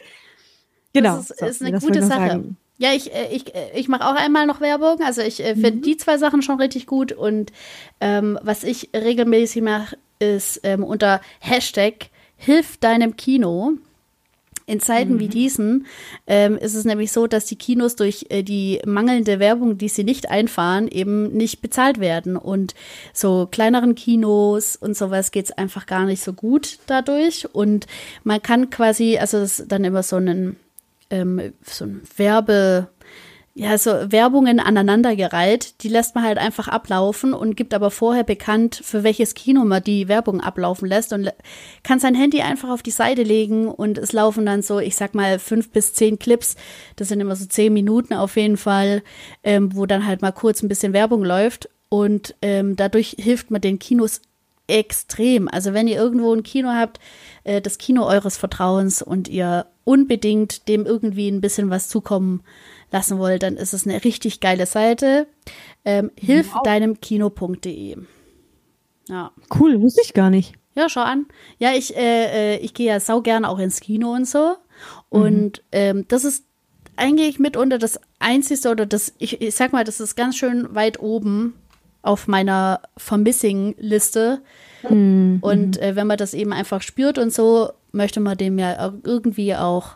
Genau. Das ist, so, ist eine das gute wollte ich noch Sache. sagen. Ja, ich, äh, ich, äh, ich mache auch einmal noch Werbung. Also ich äh, finde Mhm. die zwei Sachen schon richtig gut. Und ähm, was ich regelmäßig mache, ist ähm, unter Hashtag Hilf deinem Kino. In Zeiten Mhm. wie diesen ähm, ist es nämlich so, dass die Kinos durch äh, die mangelnde Werbung, die sie nicht einfahren, eben nicht bezahlt werden. Und so kleineren Kinos und sowas geht's einfach gar nicht so gut dadurch. Und man kann quasi, also das ist dann immer so ein, ähm, so ein Werbe, ja, so Werbungen aneinandergereiht, die lässt man halt einfach ablaufen und gibt aber vorher bekannt, für welches Kino man die Werbung ablaufen lässt und kann sein Handy einfach auf die Seite legen und es laufen dann so, ich sag mal, fünf bis zehn Clips, das sind immer so zehn Minuten auf jeden Fall, ähm, wo dann halt mal kurz ein bisschen Werbung läuft und ähm, dadurch hilft man den Kinos extrem. Also wenn ihr irgendwo ein Kino habt, äh, das Kino eures Vertrauens und ihr unbedingt dem irgendwie ein bisschen was zukommen lassen wollt, dann ist es eine richtig geile Seite. Ähm, hilf deinem Kino punkt de. Ja. Cool, wusste ich gar nicht. Ja, schau an. Ja, ich, äh, ich gehe ja sau gern auch ins Kino und so. Und mhm. ähm, das ist eigentlich mitunter das Einzige oder das, ich, ich sag mal, das ist ganz schön weit oben auf meiner Vermissing-Liste. Mhm. Und äh, wenn man das eben einfach spürt und so, möchte man dem ja irgendwie auch,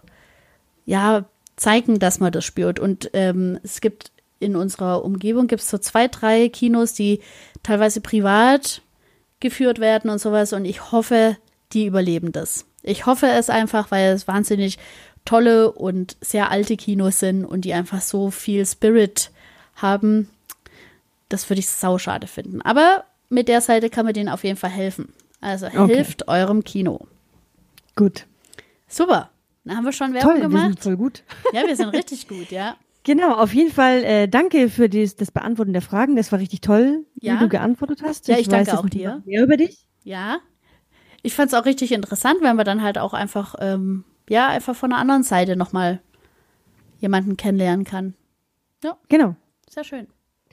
ja, zeigen, dass man das spürt. Und ähm, es gibt in unserer Umgebung gibt es so zwei, drei Kinos, die teilweise privat geführt werden und sowas. Und ich hoffe, die überleben das. Ich hoffe es einfach, weil es wahnsinnig tolle und sehr alte Kinos sind und die einfach so viel Spirit haben. Das würde ich sauschade finden. Aber mit der Seite kann man denen auf jeden Fall helfen. Also Okay. Hilft eurem Kino. Gut. Super. Dann haben wir schon Werbung Toll, gemacht. wir sind voll gut. Ja, wir sind richtig gut, ja. Genau, auf jeden Fall äh, danke für dies, das Beantworten der Fragen. Das war richtig toll, Ja. wie du geantwortet hast. Ja, ich danke jetzt auch noch dir. Mehr über dich. Ja. Ich fand es auch richtig interessant, wenn man dann halt auch einfach, ähm, ja, einfach von einer anderen Seite nochmal jemanden kennenlernen kann. Ja, Genau. sehr schön.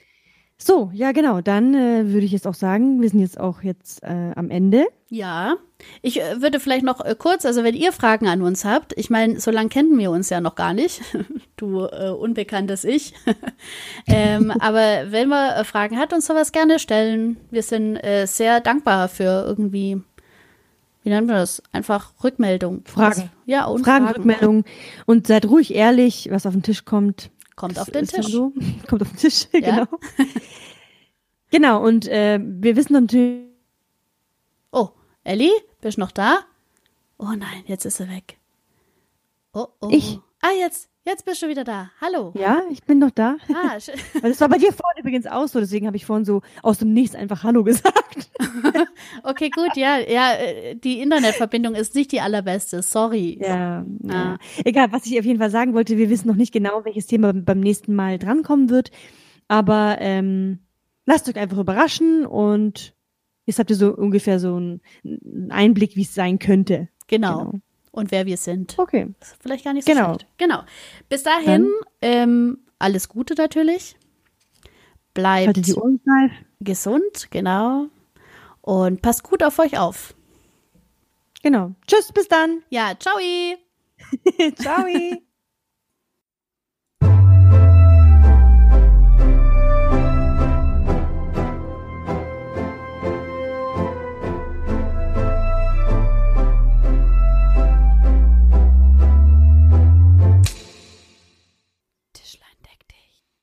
So, ja genau, dann äh, würde ich jetzt auch sagen, wir sind jetzt auch jetzt äh, am Ende. Ja, ich äh, würde vielleicht noch äh, kurz, also wenn ihr Fragen an uns habt, ich meine, so lange kennen wir uns ja noch gar nicht, du äh, unbekanntes Ich, ähm, aber wenn man äh, Fragen hat, uns sowas gerne stellen. Wir sind äh, sehr dankbar für irgendwie, wie nennen wir das, einfach Rückmeldung. Fragen. Das, ja, und Fragen, Fragen. Rückmeldungen und seid ruhig ehrlich, was auf den Tisch kommt. Kommt Das auf den ist dann Tisch. So. Kommt auf den Tisch, Ja. genau. Genau, und äh, wir wissen natürlich, Oh, Elli, bist du noch da? Oh nein, jetzt ist er weg. Oh, oh. Ich. Ah, jetzt, jetzt bist du wieder da. Hallo. ja, ich bin noch da. Ah, sch- Weil das war bei dir vorhin übrigens auch so, deswegen habe ich vorhin so aus dem Nichts einfach Hallo gesagt. okay, gut, ja, ja, äh, die Internetverbindung ist nicht die allerbeste, sorry. Ja, Ah. ja. Egal, was ich auf jeden Fall sagen wollte, wir wissen noch nicht genau, welches Thema beim nächsten Mal drankommen wird, aber ähm, lasst euch einfach überraschen und jetzt habt ihr so ungefähr so einen einen Einblick, wie es sein könnte. Genau. und wer wir sind. Okay. Das ist vielleicht gar nicht so Genau. schlecht. Genau. Bis dahin, ähm, alles Gute natürlich. Bleibt Haltet die Ohren steif. gesund, genau. Und passt gut auf euch auf. Genau. Tschüss, bis dann. Ja, ciao. Ciao.